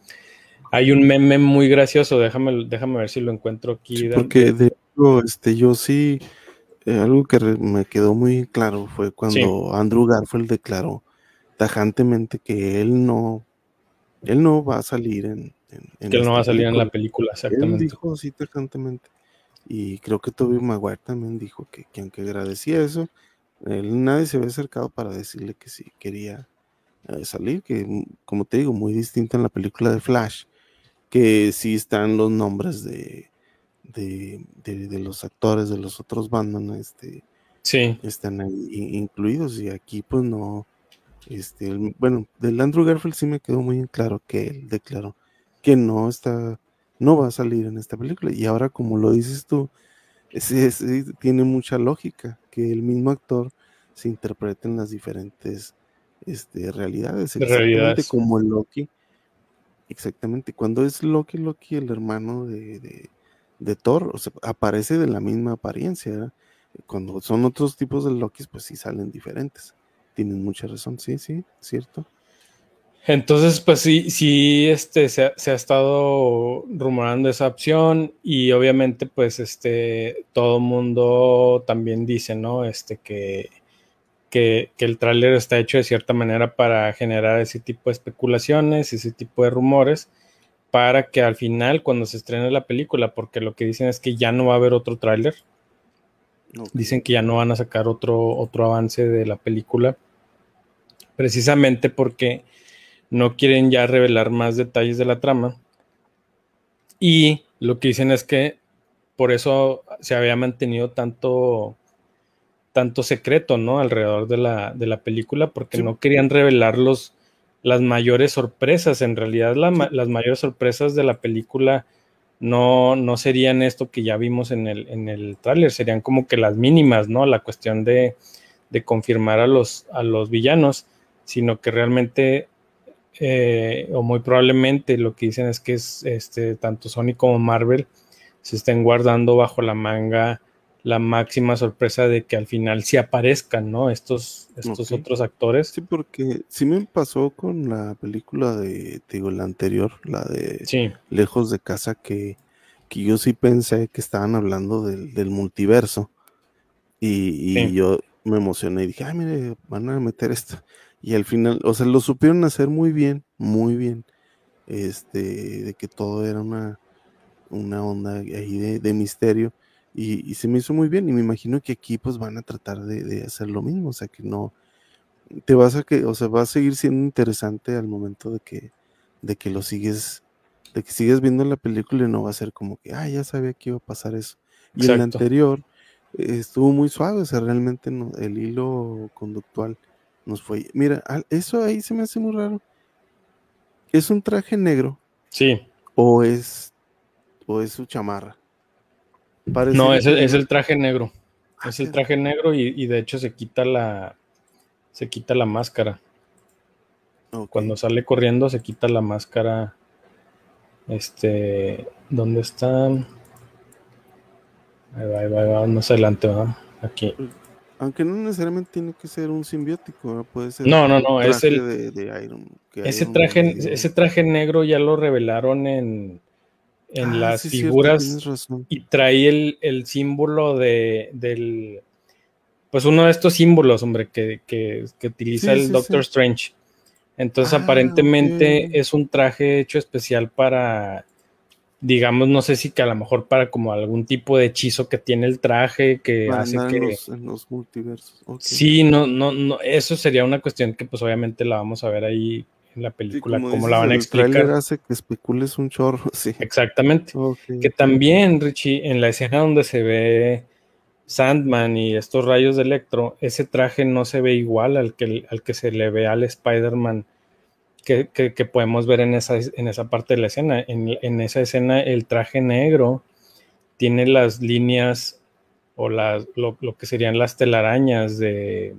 Hay un meme muy gracioso, déjame, déjame ver si lo encuentro aquí. Sí, porque de hecho, este, yo sí, eh, algo que me quedó muy claro fue cuando sí. Andrew Garfield declaró tajantemente que él no, él no va a salir en En, en que él no va a salir película. en la película, exactamente. Él dijo así tajantemente. Y creo que Tobey Maguire también dijo que, que aunque agradecía eso, él, nadie se había acercado para decirle que sí quería eh, salir, que como te digo, muy distinto en la película de Flash, que sí están los nombres de, de, de, de los actores de los otros Batman, este, sí. están ahí incluidos, y aquí pues no, este, el, bueno, del Andrew Garfield sí me quedó muy claro que él declaró que no está, no va a salir en esta película, y ahora como lo dices tú, ese, ese, tiene mucha lógica que el mismo actor se interprete en las diferentes este, realidades, exactamente realidades. Como el Loki, exactamente, cuando es Loki, Loki el hermano de, de, de Thor, o sea, aparece de la misma apariencia, ¿verdad? Cuando son otros tipos de Lokis, pues sí salen diferentes, tienen mucha razón, sí, sí, cierto. Entonces, pues sí, sí, este, se ha, se ha estado rumorando esa opción, y obviamente, pues, este, todo mundo también dice, ¿no? Este, que, que, que el tráiler está hecho de cierta manera para generar ese tipo de especulaciones, ese tipo de rumores, para que al final, cuando se estrene la película, porque lo que dicen es que ya no va a haber otro tráiler, okay. Dicen que ya no van a sacar otro, otro avance de la película, precisamente porque no quieren ya revelar más detalles de la trama, y lo que dicen es que por eso se había mantenido tanto, tanto secreto, ¿no? Alrededor de la, de la película, porque sí. No querían revelar los, las mayores sorpresas. En realidad la, sí. las mayores sorpresas de la película no, no serían esto que ya vimos en el, en el tráiler, serían como que las mínimas, ¿no? La cuestión de, de confirmar a los, a los villanos, sino que realmente, eh, o muy probablemente, lo que dicen es que es, este, tanto Sony como Marvel se estén guardando bajo la manga la máxima sorpresa de que al final sí aparezcan, ¿no? Estos, estos Ok. otros actores. Sí, porque sí me pasó con la película de, te digo, la anterior, la de Sí, Lejos de Casa, que, que yo sí pensé que estaban hablando del, del multiverso. Y, y sí, yo me emocioné y dije, ay, mire, van a meter esto. Y al final, o sea, lo supieron hacer muy bien, muy bien. Este, de que todo era una, una onda ahí de, de misterio. Y, y se me hizo muy bien. Y me imagino que aquí pues van a tratar de, de hacer lo mismo. O sea, que no, te vas a que, o sea, va a seguir siendo interesante al momento de que, de que lo sigues, de que sigues viendo la película y no va a ser como que, ah, ya sabía que iba a pasar eso. Y en la exacto. anterior eh, estuvo muy suave, o sea, realmente no, el hilo conductual nos fue. Mira, al- eso ahí se me hace muy raro. ¿Es un traje negro Sí, o es, o es su chamarra? no, Parecería es que el, yo es lo, el traje negro. ah, Es el caray. traje negro y, y de hecho se quita la, se quita la máscara. Ok. Cuando sale corriendo se quita la máscara. Este, ¿dónde está? Ahí va, ahí va, ahí va, más adelante, ¿va? Aquí. Pues, aunque no necesariamente tiene que ser un simbiótico, ¿verdad? Puede ser No, no, un no, es traje el, de, de Iron, que ese Iron Man le traje, dio. ese traje negro ya lo revelaron en, en Ah, las sí, es cierto, tienes figuras razón. y trae el, el símbolo de, del, pues uno de estos símbolos, hombre, que, que, que utiliza Sí, el sí, Doctor sí. Strange. Entonces, Ah, ok. aparentemente es un traje hecho especial para, digamos, no sé si que a lo mejor para como algún tipo de hechizo que tiene el traje que Para hace andar en que los, en los multiversos. Ok. sí, no, no, no, eso sería una cuestión que pues obviamente la vamos a ver ahí en la Sí, película, como cómo la dices, van a el tráiler explicar. hace que especules un chorro, sí. Exactamente. Ok, Que ok. también, Richie, en la escena donde se ve Sandman y estos rayos de Electro, ese traje no se ve igual al que, al que se le ve al Spider-Man que, que, que, podemos ver en esa, en esa parte de la escena. En, en esa escena el traje negro tiene las líneas o las, lo, lo que serían las telarañas de,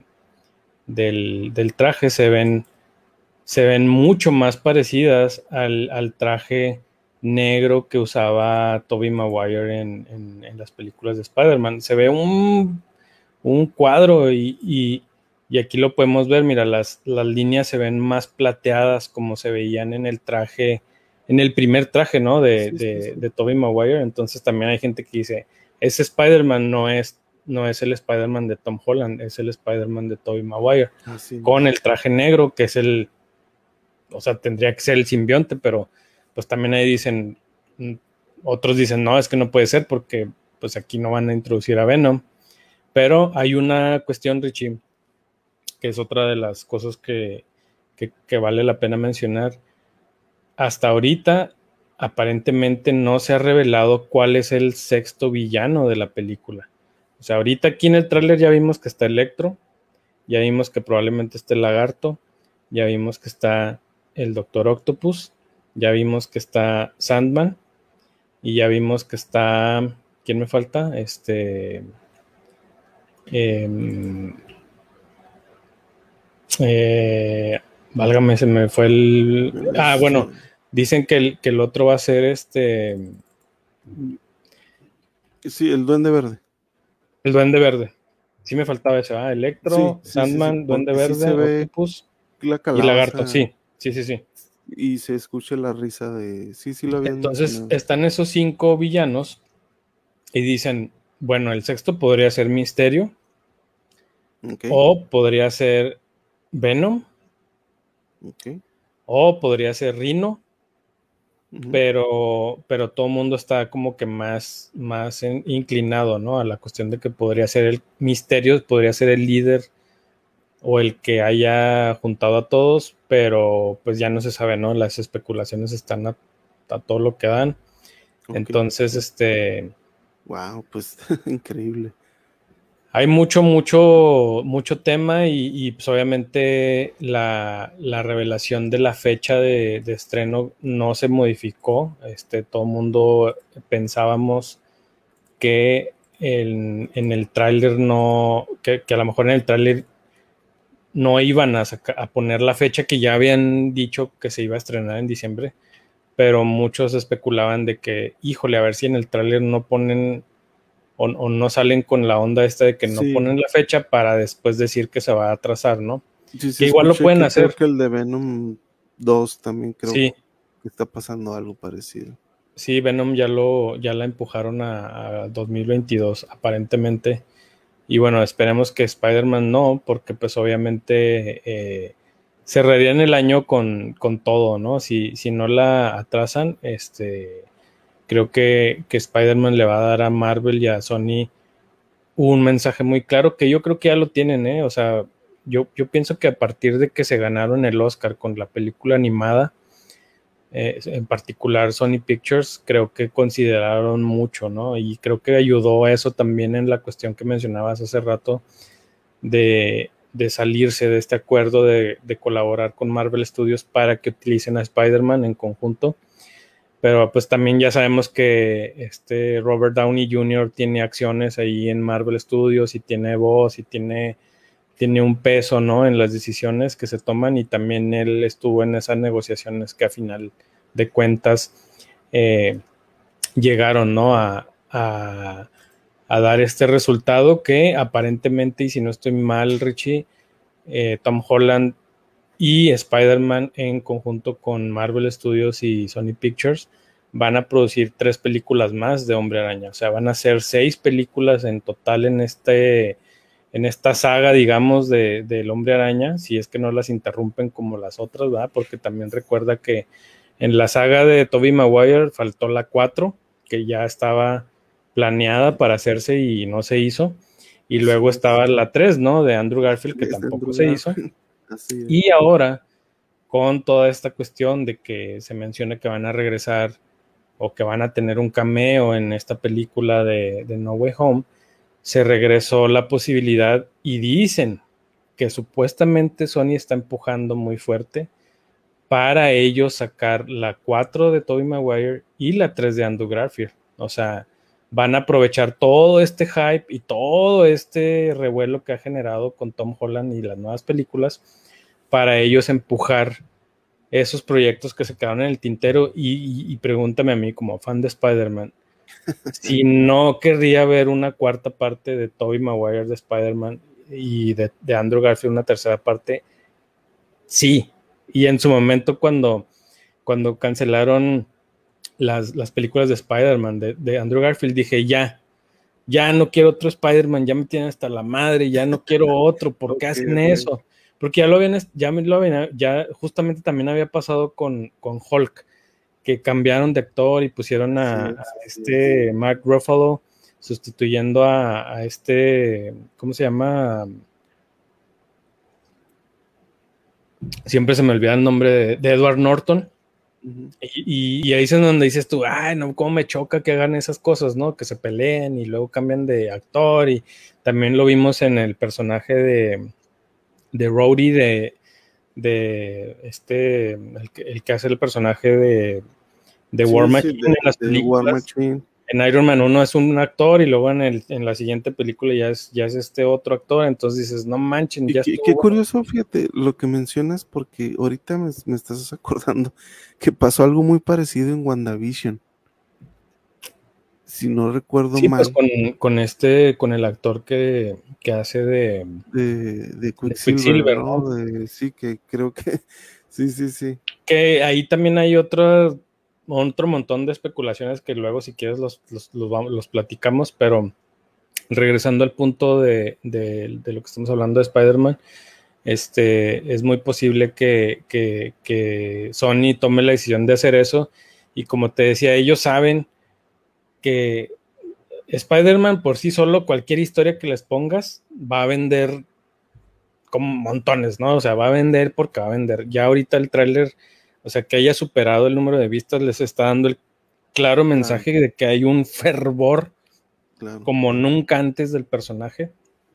del, del, traje se ven, se ven mucho más parecidas al, al traje negro que usaba Tobey Maguire en, en, en las películas de Spider-Man. Se ve un, un cuadro y, y, y, aquí lo podemos ver, mira, las, las líneas se ven más plateadas como se veían en el traje, en el primer traje, ¿no? De, Sí, sí, de, sí. de Tobey Maguire. Entonces también hay gente que dice, ese Spider-Man no es, no es el Spider-Man de Tom Holland, es el Spider-Man de Tobey Maguire, Así con es. el traje negro, que es el, o sea, tendría que ser el simbionte, pero pues también ahí dicen, otros dicen, no, es que no puede ser porque pues aquí no van a introducir a Venom. Pero hay una cuestión, Richie, que es otra de las cosas que, que, que vale la pena mencionar. Hasta ahorita, aparentemente no se ha revelado cuál es el sexto villano de la película. O sea, ahorita aquí en el tráiler ya vimos que está Electro, ya vimos que probablemente esté el Lagarto, ya vimos que está el Doctor Octopus, ya vimos que está Sandman y ya vimos que está... ¿Quién me falta? Este... Eh, eh, válgame, se me fue el... Ah, bueno, Este, dicen que el, que el otro va a ser este... sí, el Duende Verde. El Duende Verde. Sí me faltaba eso, ah, Sí, Electro, sí, sí, sí, Sandman, Duende porque sí se Verde, ve Octopus la y Lagarto, calabaza sí, sí, sí, sí. y se escucha la risa de... Sí, sí lo habían Entonces mencionado. están esos cinco villanos y dicen, bueno, el sexto podría ser Misterio Ok, o podría ser Venom ok. o podría ser Rhino, Ujú. pero, pero todo el mundo está como que más, más en, inclinado, ¿no? A la cuestión de que podría ser el Misterio, podría ser el líder o el que haya juntado a todos, pero pues ya no se sabe, ¿no? Las especulaciones están a, a todo lo que dan. Ok. Entonces, este, Wow, pues increíble. hay mucho, mucho, mucho tema y, y, pues obviamente la, la, revelación de la fecha de, de estreno no se modificó. Este, todo el mundo pensábamos que en, en el tráiler no, que, que a lo mejor en el tráiler no iban a, saca, a poner la fecha que ya habían dicho que se iba a estrenar en diciembre, pero muchos especulaban de que, híjole, a ver si en el tráiler no ponen o, o no salen con la onda esta de que sí. no ponen la fecha para después decir que se va a atrasar, ¿no? Sí, sí, que igual lo pueden que hacer. Creo que el de Venom dos también creo sí. que está pasando algo parecido. Sí, Venom ya lo ya la empujaron a, a dos mil veintidós aparentemente. Y bueno, esperemos que Spider-Man no, porque pues obviamente eh, cerrarían el año con, con todo, ¿no? Si, si no la atrasan, este, creo que, que Spider-Man le va a dar a Marvel y a Sony un mensaje muy claro, que yo creo que ya lo tienen, ¿eh? O sea, yo, yo pienso que a partir de que se ganaron el Oscar con la película animada, eh, en particular Sony Pictures, creo que consideraron mucho, ¿no? Y creo que ayudó a eso también en la cuestión que mencionabas hace rato de, de salirse de este acuerdo de, de colaborar con Marvel Studios para que utilicen a Spider-Man en conjunto. Pero pues también ya sabemos que este Robert Downey junior tiene acciones ahí en Marvel Studios y tiene voz y tiene, tiene un peso, ¿no? En las decisiones que se toman, y también él estuvo en esas negociaciones que a final de cuentas eh, llegaron, ¿no? A, a, a dar este resultado que aparentemente, y si no estoy mal, Richie, eh, Tom Holland y Spider-Man en conjunto con Marvel Studios y Sony Pictures van a producir tres películas más de Hombre Araña. O sea, van a ser seis películas en total en este en esta saga, digamos, de, del Hombre Araña, si es que no las interrumpen como las otras, ¿verdad? Porque también recuerda que en la saga de Tobey Maguire faltó la cuatro, que ya estaba planeada para hacerse y no se hizo. Y luego sí, estaba la tres, ¿no? De Andrew Garfield, que tampoco Andrew se hizo. Así es. Y ahora, con toda esta cuestión de que se menciona que van a regresar o que van a tener un cameo en esta película de, de No Way Home, se regresó la posibilidad y dicen que supuestamente Sony está empujando muy fuerte para ellos sacar la cuatro de Tobey Maguire y la tres de Andrew Garfield. O sea, van a aprovechar todo este hype y todo este revuelo que ha generado con Tom Holland y las nuevas películas para ellos empujar esos proyectos que se quedaron en el tintero. Y, y, y pregúntame a mí, como fan de Spider-Man, si no querría ver una cuarta parte de Tobey Maguire de Spider-Man y de, de Andrew Garfield una tercera parte. Sí, y en su momento cuando, cuando cancelaron las, las películas de Spider-Man de, de Andrew Garfield, dije ya, ya no quiero otro Spider-Man, ya me tienen hasta la madre, ya no quiero otro, ¿por qué okay, hacen okay. eso? Porque ya lo habían, ya me lo habían, ya justamente también había pasado con, con Hulk, que cambiaron de actor y pusieron a, sí, sí, a este sí. Mark Ruffalo sustituyendo a, a este, ¿cómo se llama? Siempre se me olvida el nombre de, de Edward Norton. Uh-huh. y, y ahí es donde dices tú, ay, no, cómo me choca que hagan esas cosas, ¿no? Que se peleen y luego cambian de actor. Y también lo vimos en el personaje de, de Rhodey, de, de este, el que, el que hace el personaje de, de sí, War Machine sí, de, en las películas. En Iron Man uno es un actor y luego en, el, en la siguiente película ya es, ya es este otro actor, entonces dices, no manchen, ya estuvo. Qué curioso, fíjate, lo que mencionas, porque ahorita me, me estás acordando que pasó algo muy parecido en WandaVision. Si no recuerdo sí, mal. Pues con, con este, con el actor que, que hace de, de, de Quicksilver, de Quicksilver, ¿no? ¿no? De, sí, que creo que sí, sí, sí. Que ahí también hay otro, otro montón de especulaciones que luego, si quieres, los, los, los, los platicamos, pero regresando al punto de, de, de lo que estamos hablando de Spider-Man, este, es muy posible que, que, que Sony tome la decisión de hacer eso, y como te decía, ellos saben que Spider-Man por sí solo, cualquier historia que les pongas va a vender como montones, ¿no? O sea, va a vender porque va a vender. Ya ahorita el tráiler, o sea, que haya superado el número de vistas, les está dando el claro mensaje claro. de que hay un fervor claro. como nunca antes del personaje.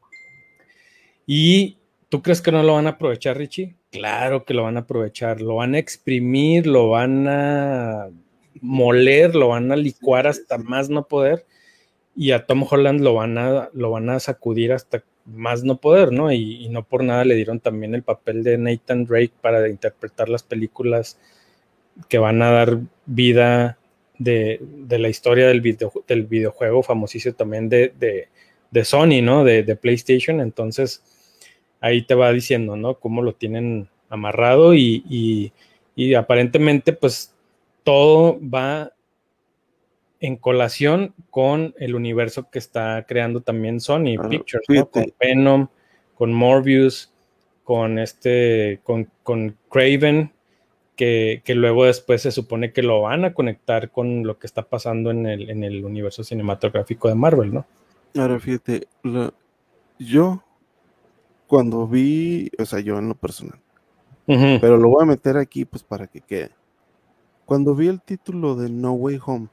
¿Y tú crees que no lo van a aprovechar, Richie? Claro que lo van a aprovechar, lo van a exprimir, lo van a moler, lo van a licuar hasta más no poder. y a Tom Holland lo van a, lo van a sacudir hasta más no poder, ¿no? Y, y no por nada le dieron también el papel de Nathan Drake para interpretar las películas que van a dar vida de, de la historia del, video, del videojuego famosísimo también de, de, de Sony, ¿no? De, de PlayStation. Entonces ahí te va diciendo, ¿no? Cómo lo tienen amarrado y, y, y aparentemente pues todo va en colación con el universo que está creando también Sony Ah, Pictures, ¿no? Con fíjate, Venom, con Morbius, con este, con, con Craven, que, que luego después se supone que lo van a conectar con lo que está pasando en el, en el universo cinematográfico de Marvel, ¿no? ahora fíjate, lo- yo cuando vi, o sea, yo en lo personal, Uh-huh. pero lo voy a meter aquí pues para que quede. Cuando vi el título de No Way Home,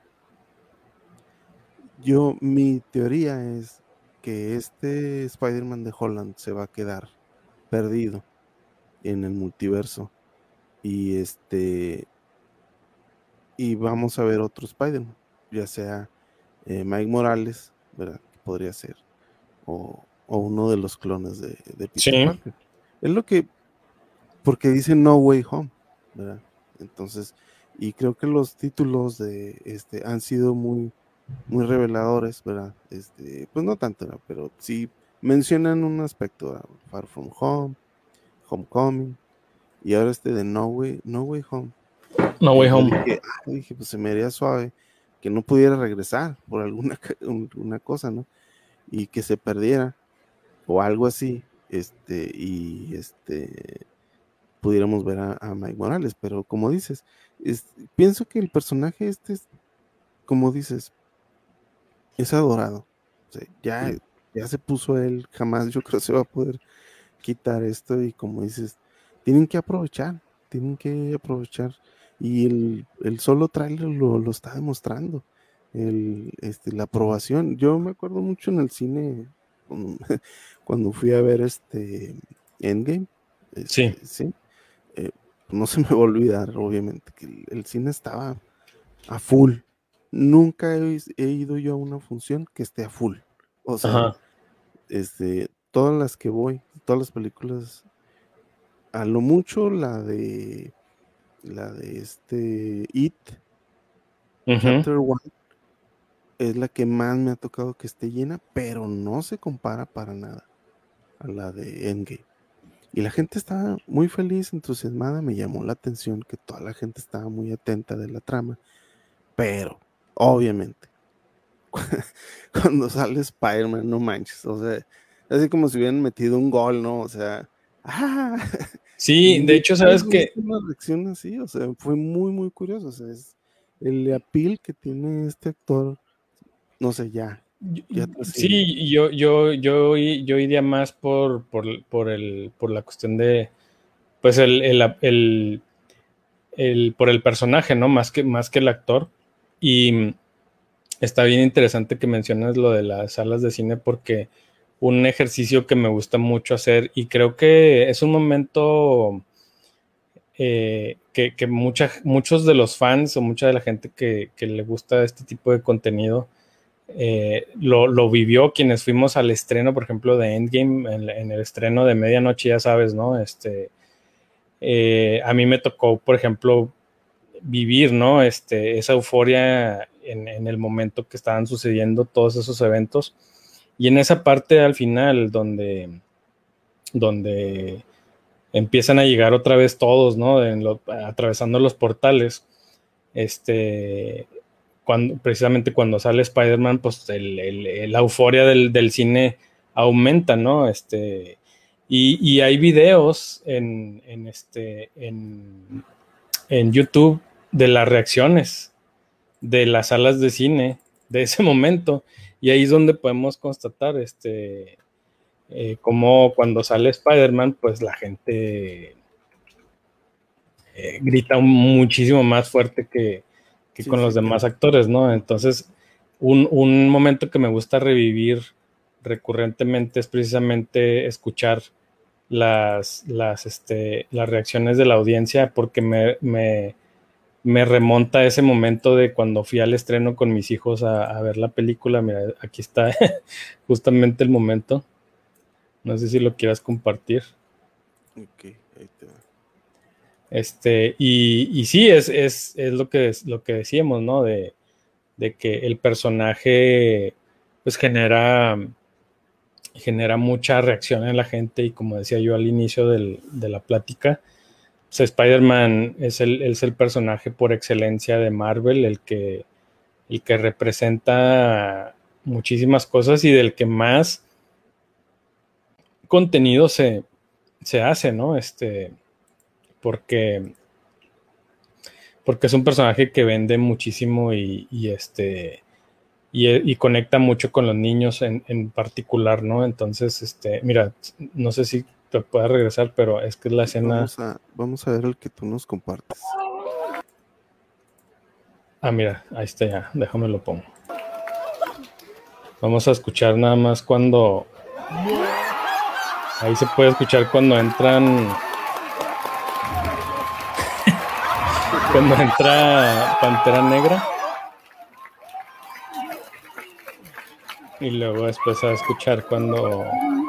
yo, mi teoría es que este Spider-Man de Holland se va a quedar perdido en el multiverso y este y vamos a ver otro Spider-Man, ya sea eh, Mike Morales, ¿verdad? Que podría ser, o, o uno de los clones de, de Peter Sí. Parker. Es lo que, porque dice No Way Home, ¿verdad? Entonces, y creo que los títulos de este han sido muy, muy reveladores, ¿verdad? Este, pues no tanto, ¿no? Pero sí mencionan un aspecto, ¿verdad? Far From Home, Homecoming, y ahora este de No Way, No Way Home. No Eh, Way yo Home. dije, ah, dije, pues se me haría suave que no pudiera regresar por alguna un- una cosa, ¿no? Y que se perdiera o algo así, este, y este, pudiéramos ver a, a Mike Morales, pero como dices, es, pienso que el personaje este es, como dices, es adorado. O sea, ya, ya se puso él, jamás yo creo se va a poder quitar esto y como dices, tienen que aprovechar, tienen que aprovechar y el, el solo tráiler lo, lo está demostrando, el, este, la aprobación. Yo me acuerdo mucho en el cine cuando, cuando fui a ver este Endgame, Sí. este, sí, eh, no se me va a olvidar, obviamente, que el, el cine estaba a full. Nunca he, he ido yo a una función que esté a full. O sea, Ajá. este, todas las que voy, todas las películas, a lo mucho la de la de este It, Uh-huh. Chapter One, es la que más me ha tocado que esté llena, pero no se compara para nada a la de Endgame. Y la gente estaba muy feliz, entusiasmada, me llamó la atención que toda la gente estaba muy atenta de la trama, pero obviamente cuando sale Spider-Man, no manches, o sea, así como si hubieran metido un gol, ¿no? O sea, ¡ah! Sí, de hecho, Nunca sabes había que visto una reacción así, o sea, fue muy, muy curioso, o sea, es el appeal que tiene este actor, no sé, ya, ya trasciende. sí, yo, yo, yo, yo iría más por, por, por el, por la cuestión de, pues el, el, el, el- por el personaje, ¿no? Más que, más que el actor. Y está bien interesante que mencionas lo de las salas de cine porque un ejercicio que me gusta mucho hacer y creo que es un momento eh, que, que mucha, muchos de los fans o mucha de la gente que, que le gusta este tipo de contenido eh, lo, lo, vivió quienes fuimos al estreno, por ejemplo, de Endgame, en, en el estreno de medianoche, ya sabes, ¿no? Este, eh, a mí me tocó, por ejemplo, vivir, ¿no? Este, esa euforia en, en, el momento que estaban sucediendo todos esos eventos. Y en esa parte al final, donde, donde empiezan a llegar otra vez todos, ¿no? Lo, atravesando los portales, este, cuando, precisamente cuando sale Spider-Man, pues el, el, la euforia del, del, cine aumenta, ¿no? Este, y, y hay videos en, en, este, en, en YouTube de las reacciones de las salas de cine de ese momento, y ahí es donde podemos constatar este, eh, cómo cuando sale Spider-Man, pues la gente eh, grita muchísimo más fuerte que, que Sí, con los sí, demás claro. actores, ¿no? Entonces, un, un momento que me gusta revivir recurrentemente es precisamente escuchar las, las, este, las reacciones de la audiencia porque me, me, me remonta a ese momento de cuando fui al estreno con mis hijos a, a ver la película. Mira, aquí está justamente el momento. No sé si lo quieras compartir. Ok, ahí te va. Este, y, y sí, es, es, es lo que lo que decíamos, ¿no? De, de que el personaje pues genera, genera mucha reacción en la gente, y como decía yo al inicio del, de la plática, pues Spider-Man es el, es el personaje por excelencia de Marvel, el que, el que representa muchísimas cosas y del que más contenido se, se hace, ¿no? Este, porque, porque es un personaje que vende muchísimo y, y este y, y conecta mucho con los niños en, en particular, ¿no? Entonces, este, mira, no sé si te pueda regresar, pero es que es la escena. Vamos a, vamos a ver el que tú nos compartes. Ah, mira, ahí está ya, déjame lo pongo. Vamos a escuchar nada más cuando. Ahí se puede escuchar cuando entran. Cuando entra Pantera Negra. Y luego después a escuchar cuando.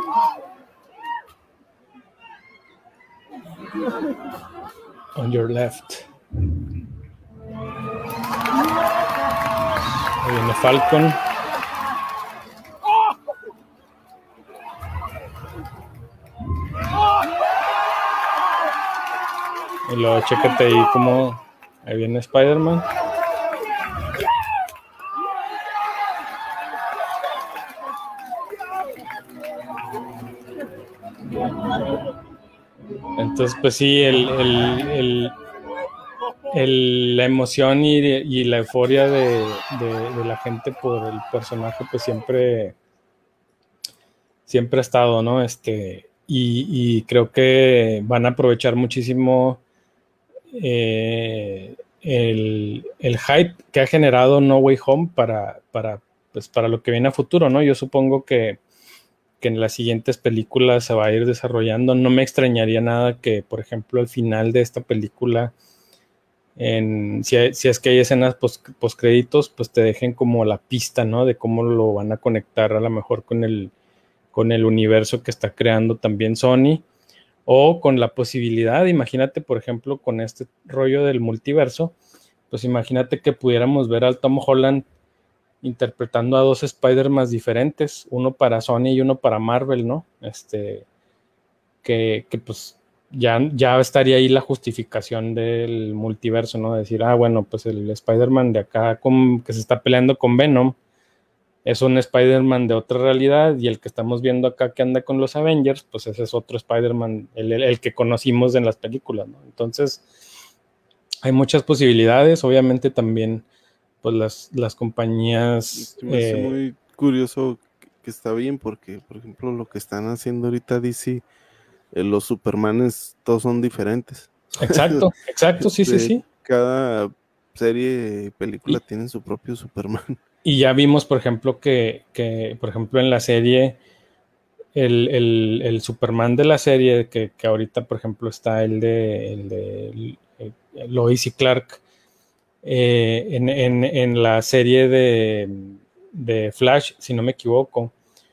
On your left. Ahí viene Falcon. Y luego chécate ahí como ahí viene Spider-Man. Entonces, pues sí, el, el, el, el, la emoción y, y la euforia de, de, de la gente por el personaje, pues siempre, siempre ha estado, ¿no? Este, y, y creo que van a aprovechar muchísimo eh, el, el hype que ha generado No Way Home para, para, pues para lo que viene a futuro, ¿no? Yo supongo que que en las siguientes películas se va a ir desarrollando. No me extrañaría nada que, por ejemplo, al final de esta película, en, si, hay, si es que hay escenas post, post créditos, pues te dejen como la pista, ¿no? De cómo lo van a conectar a lo mejor con el, con el universo que está creando también Sony, o con la posibilidad, imagínate, por ejemplo, con este rollo del multiverso, pues imagínate que pudiéramos ver al Tom Holland interpretando a dos Spider-Man diferentes, uno para Sony y uno para Marvel, ¿no? Este, que, que pues ya, ya estaría ahí la justificación del multiverso, ¿no? Decir, ah, bueno, pues el Spider-Man de acá con, que se está peleando con Venom es un Spider-Man de otra realidad, y el que estamos viendo acá que anda con los Avengers, pues ese es otro Spider-Man, el, el, el que conocimos en las películas, ¿no? Entonces, hay muchas posibilidades, obviamente también pues las, las compañías. Me hace eh, muy curioso que, que está bien, porque, por ejemplo, lo que están haciendo ahorita D C, eh, los Supermanes todos son diferentes. Exacto, exacto, sí, sí, sí. Cada serie, película y, tiene su propio Superman. Y ya vimos, por ejemplo, que, que por ejemplo, en la serie, el, el, el Superman de la serie, que, que ahorita, por ejemplo, está el de, el de el, el Lois y Clark, eh, en, en, en la serie de, de Flash, si no me equivoco,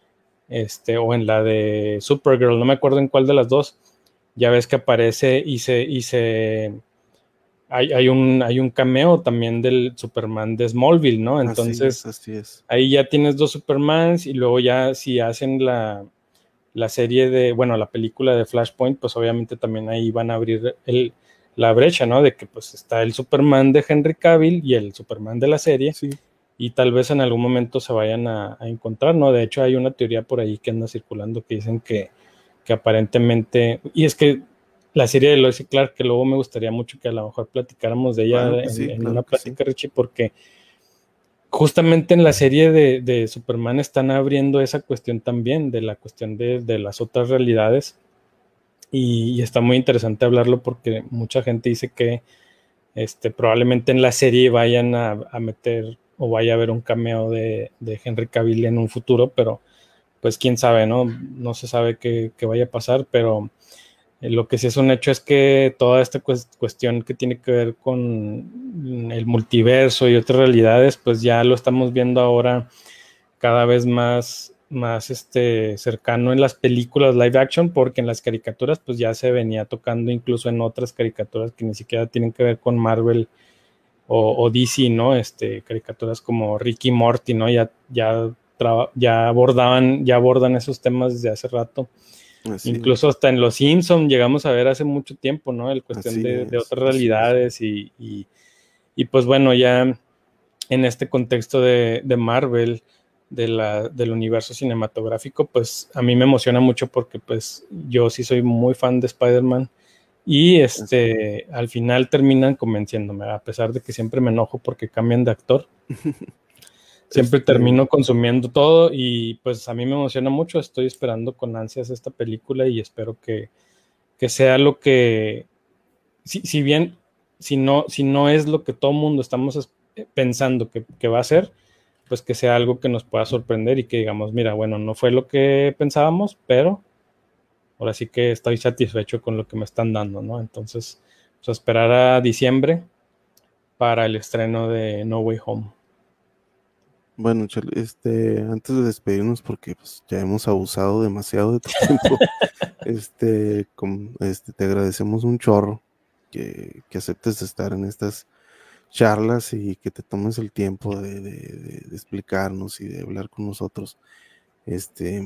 este, o en la de Supergirl, no me acuerdo en cuál de las dos, ya ves que aparece y se, y se hay, hay, un, hay un cameo también del Superman de Smallville, ¿no? Entonces, así es, así es. Ahí ya tienes dos Supermans, y luego ya si hacen la, la serie de, bueno, la película de Flashpoint, pues obviamente también ahí van a abrir el, la brecha, ¿no? De que pues está el Superman de Henry Cavill y el Superman de la serie, sí. Y tal vez en algún momento se vayan a, a encontrar, ¿no? De hecho, hay una teoría por ahí que anda circulando que dicen que, que aparentemente, y es que la serie de Lois y Clark, que luego me gustaría mucho que a lo mejor platicáramos de ella en, sí, en claro una plática, sí. Richie, porque justamente en la serie de, de Superman están abriendo esa cuestión también, de la cuestión de, de las otras realidades, y, y está muy interesante hablarlo porque mucha gente dice que este, probablemente en la serie vayan a, a meter o vaya a haber un cameo de, de Henry Cavill en un futuro, pero pues quién sabe, ¿no? No se sabe qué, qué vaya a pasar, pero Eh, lo que sí es un hecho es que toda esta cuestión que tiene que ver con el multiverso y otras realidades, pues ya lo estamos viendo ahora cada vez más, más este, cercano en las películas live action, porque en las caricaturas pues ya se venía tocando incluso en otras caricaturas que ni siquiera tienen que ver con Marvel o, o D C, ¿no? Este, caricaturas como Ricky y Morty, ¿no? Ya, ya, ya abordaban, ya abordan esos temas desde hace rato. Así incluso es. Hasta en Los Simpsons llegamos a ver hace mucho tiempo, ¿no? El cuestión de, de, otras realidades y, y, y pues bueno, ya en este contexto de, de Marvel, de la, del universo cinematográfico, pues a mí me emociona mucho porque pues yo sí soy muy fan de Spider-Man y este, al final terminan convenciéndome, a pesar de que siempre me enojo porque cambian de actor. Siempre este... termino consumiendo todo y pues a mí me emociona mucho, estoy esperando con ansias esta película y espero que, que sea lo que, si, si bien, si no, si no es lo que todo el mundo estamos pensando que, que va a ser, pues que sea algo que nos pueda sorprender y que digamos, mira, bueno, no fue lo que pensábamos, pero ahora sí que estoy satisfecho con lo que me están dando, ¿no? Entonces, pues esperar a diciembre para el estreno de No Way Home. Bueno, este, antes de despedirnos, porque pues, ya hemos abusado demasiado de tu tiempo, este, con, este, te agradecemos un chorro que, que aceptes estar en estas charlas y que te tomes el tiempo de, de, de, de explicarnos y de hablar con nosotros. Este,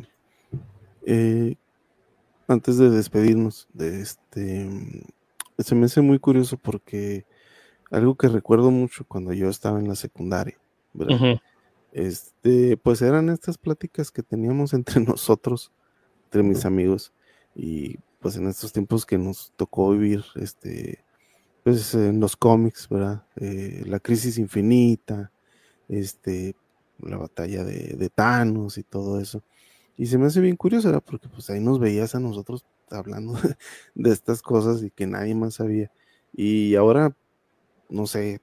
eh, antes de despedirnos, de este, se me hace muy curioso porque algo que recuerdo mucho cuando yo estaba en la secundaria, ¿verdad? Uh-huh. Este, pues eran estas pláticas que teníamos entre nosotros, entre mis amigos, y pues en estos tiempos que nos tocó vivir, este, pues en los cómics, ¿verdad? Eh, la crisis infinita, este, la batalla de, de Thanos y todo eso. Y se me hace bien curioso, ¿verdad? Porque pues ahí nos veías a nosotros hablando de, de estas cosas y que nadie más sabía. Y ahora, no sé,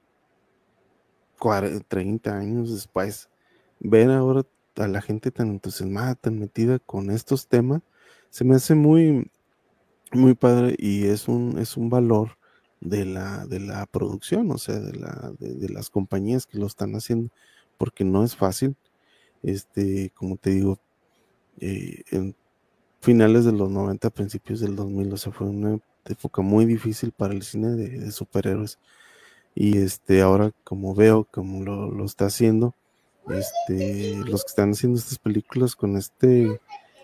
cuarenta, treinta años después, ver ahora a la gente tan entusiasmada, tan metida con estos temas, se me hace muy, muy padre y es un, es un valor de la, de la producción, o sea, de, la, de, de las compañías que lo están haciendo, porque no es fácil. Este, como te digo, eh, en finales de los noventa, principios del dos mil, o sea, fue una época muy difícil para el cine de, de superhéroes. Y este, ahora como veo como lo, lo está haciendo, este, los que están haciendo estas películas con este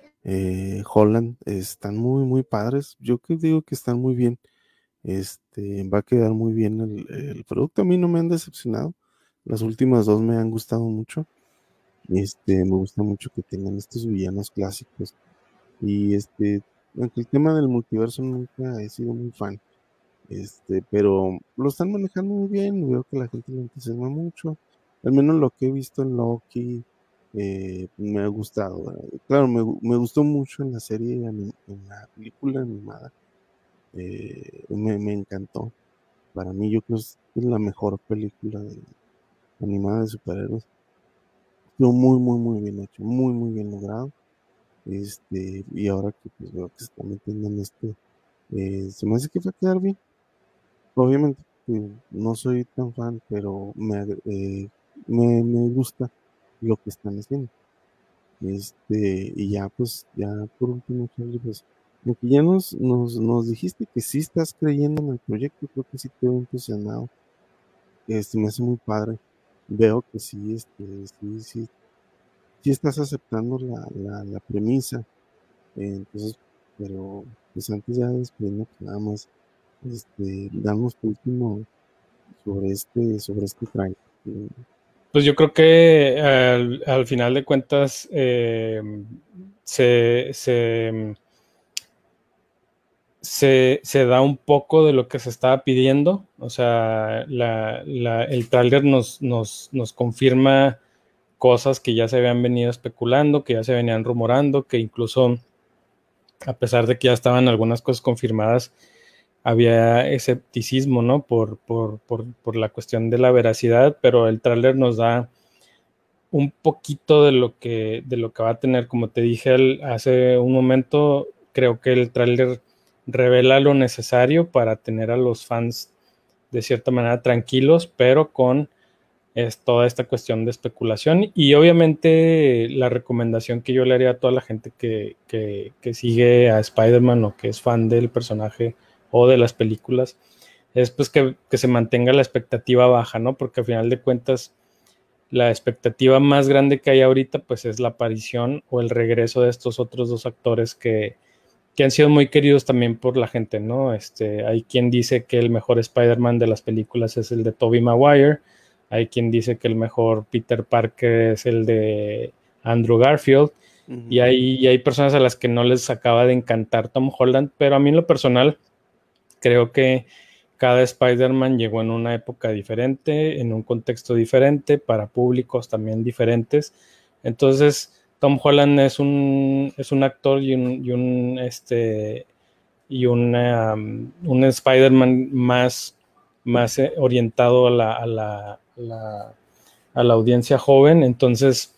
eh, Holland están muy, muy padres. Yo que digo que están muy bien. Este, va a quedar muy bien el, el producto. A mí no me han decepcionado. Las últimas dos me han gustado mucho. Este, me gusta mucho que tengan estos villanos clásicos. Y este, aunque el tema del multiverso nunca he sido muy fan. Este, pero lo están manejando muy bien, veo que la gente lo entusiasma mucho, al menos lo que he visto en Loki eh, me ha gustado, ¿verdad? Claro, me, me, gustó mucho en la serie, en la película animada, eh, me, me encantó, para mí yo creo que es la mejor película de, animada de superhéroes, estuvo muy muy muy bien hecho, muy muy bien logrado, este, y ahora que pues veo que se está metiendo en este, eh, se me hace que va a quedar bien. Obviamente no soy tan fan, pero me, eh, me, me gusta lo que están haciendo. Este, y ya pues, ya por último, Charlie, pues, lo que ya nos, nos, nos dijiste que sí estás creyendo en el proyecto, creo que sí te veo entusiasmado. Este, me hace muy padre. Veo que sí, este, sí, sí, sí estás aceptando la, la, la premisa. Eh, entonces, pero pues antes ya de despedirnos, pues nada más, este, damos por último sobre este, sobre este trailer. Pues yo creo que al, al final de cuentas eh, se, se, se, se da un poco de lo que se estaba pidiendo. O sea, la, la, el tráiler nos, nos, nos confirma cosas que ya se habían venido especulando, que ya se venían rumorando, que incluso a pesar de que ya estaban algunas cosas confirmadas, había escepticismo, ¿no? Por, por, por, por la cuestión de la veracidad, pero el tráiler nos da un poquito de lo que, de lo que va a tener. Como te dije el, hace un momento, creo que el tráiler revela lo necesario para tener a los fans de cierta manera tranquilos, pero con es toda esta cuestión de especulación. Y obviamente la recomendación que yo le haría a toda la gente que, que, que sigue a Spider-Man o que es fan del personaje o de las películas es pues que, que se mantenga la expectativa baja, ¿no? Porque al final de cuentas la expectativa más grande que hay ahorita pues es la aparición o el regreso de estos otros dos actores que, que han sido muy queridos también por la gente, ¿no? Este, hay quien dice que el mejor Spider-Man de las películas es el de Tobey Maguire, hay quien dice que el mejor Peter Parker es el de Andrew Garfield, uh-huh. y, hay, y hay personas a las que no les acaba de encantar Tom Holland, pero a mí en lo personal creo que cada Spider-Man llegó en una época diferente, en un contexto diferente, para públicos también diferentes. Entonces, Tom Holland es un, es un actor y un, y un, este, y una, um, un Spider-Man más, más orientado a la, a, la, a, la, a la audiencia joven. Entonces,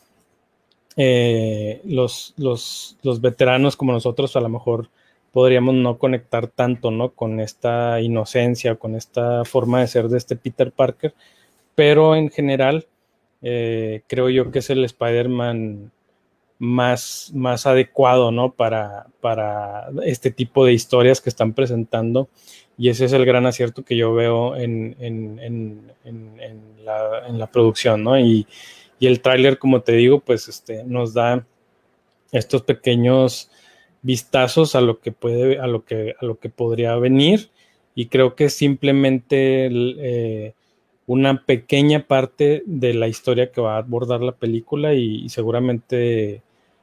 eh, los, los, los veteranos como nosotros a lo mejor podríamos no conectar tanto, ¿no? Con esta inocencia, con esta forma de ser de este Peter Parker, pero en general eh, creo yo que es el Spider-Man más, más adecuado, ¿no? Para, para este tipo de historias que están presentando, y ese es el gran acierto que yo veo en, en, en, en, en, la, en la producción, ¿no? Y, y el tráiler, como te digo, pues este, nos da estos pequeños vistazos a lo que puede, a lo que, a lo que podría venir, y creo que es simplemente eh, una pequeña parte de la historia que va a abordar la película, y, y seguramente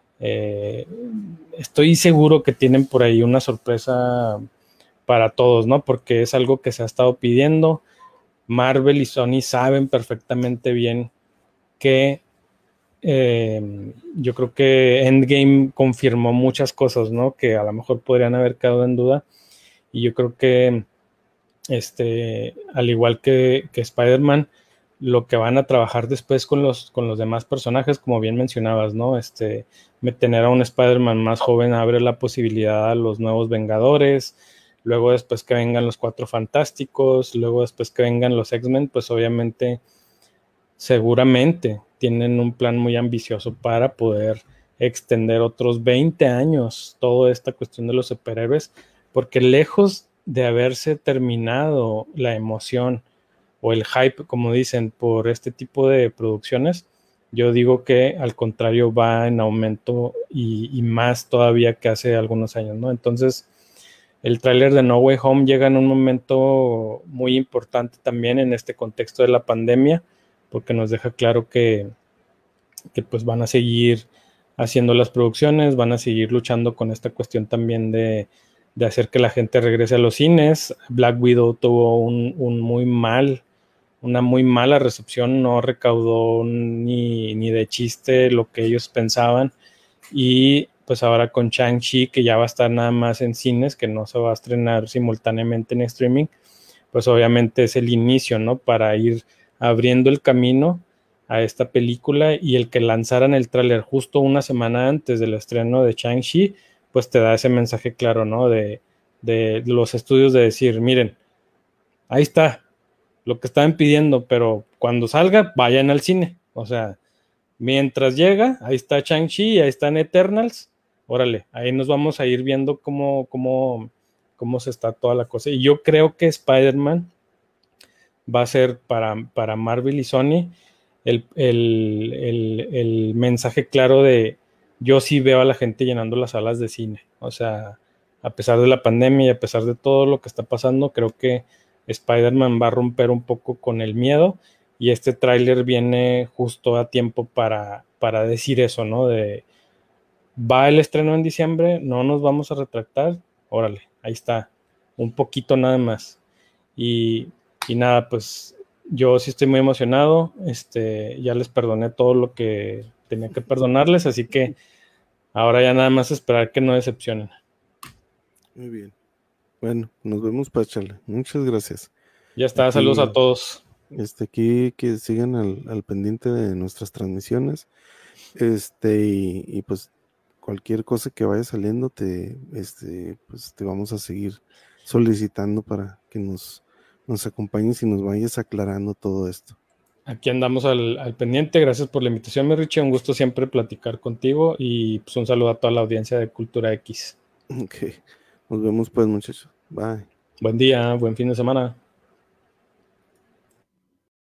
eh, estoy seguro que tienen por ahí una sorpresa para todos, ¿no? Porque es algo que se ha estado pidiendo. Marvel y Sony saben perfectamente bien que Eh, yo creo que Endgame confirmó muchas cosas, ¿no? Que a lo mejor podrían haber quedado en duda, y yo creo que este, al igual que, que Spider-Man, lo que van a trabajar después con los, con los demás personajes, como bien mencionabas, ¿no? Este, tener a un Spider-Man más joven abre la posibilidad a los nuevos Vengadores, luego después que vengan los Cuatro Fantásticos, luego después que vengan los X-Men, pues obviamente seguramente tienen un plan muy ambicioso para poder extender otros veinte años toda esta cuestión de los superhéroes, porque lejos de haberse terminado la emoción o el hype, como dicen, por este tipo de producciones, yo digo que al contrario va en aumento, y, y más todavía que hace algunos años, ¿no? Entonces, el tráiler de No Way Home llega en un momento muy importante también en este contexto de la pandemia, porque nos deja claro que, que pues van a seguir haciendo las producciones, van a seguir luchando con esta cuestión también de, de hacer que la gente regrese a los cines. Black Widow tuvo un, un muy mal, una muy mala recepción, no recaudó ni, ni de chiste lo que ellos pensaban, y pues ahora con Shang-Chi, que ya va a estar nada más en cines, que no se va a estrenar simultáneamente en streaming, pues obviamente es el inicio, ¿no? Para ir abriendo el camino a esta película, y el que lanzaran el tráiler justo una semana antes del estreno de Shang-Chi, pues te da ese mensaje claro, ¿no? De, de los estudios de decir, miren, ahí está lo que estaban pidiendo, pero cuando salga, vayan al cine. O sea, mientras llega, ahí está Shang-Chi, ahí están Eternals, órale, ahí nos vamos a ir viendo cómo, cómo, cómo se está toda la cosa. Y yo creo que Spider-Man va a ser para, para Marvel y Sony el, el, el, el mensaje claro de yo sí veo a la gente llenando las salas de cine. O sea, a pesar de la pandemia y a pesar de todo lo que está pasando, creo que Spider-Man va a romper un poco con el miedo, y este tráiler viene justo a tiempo para, para decir eso, ¿no? De va el estreno en diciembre, no nos vamos a retractar, órale, ahí está, un poquito nada más. Y, y nada, pues yo sí estoy muy emocionado, este, ya les perdoné todo lo que tenía que perdonarles, así que ahora ya nada más esperar que no decepcionen. Muy bien. Bueno, nos vemos, Pachala. Muchas gracias. Ya está, aquí, saludos a todos. Este, aquí que sigan al, al pendiente de nuestras transmisiones. Este, y, y pues cualquier cosa que vaya saliendo, te, este, pues te vamos a seguir solicitando para que nos, nos acompañes y nos vayas aclarando todo esto. Aquí andamos al, al pendiente. Gracias por la invitación, mi Richie. Un gusto siempre platicar contigo y pues un saludo a toda la audiencia de Cultura X. Ok, nos vemos pues, muchachos. Bye. Buen día, buen fin de semana.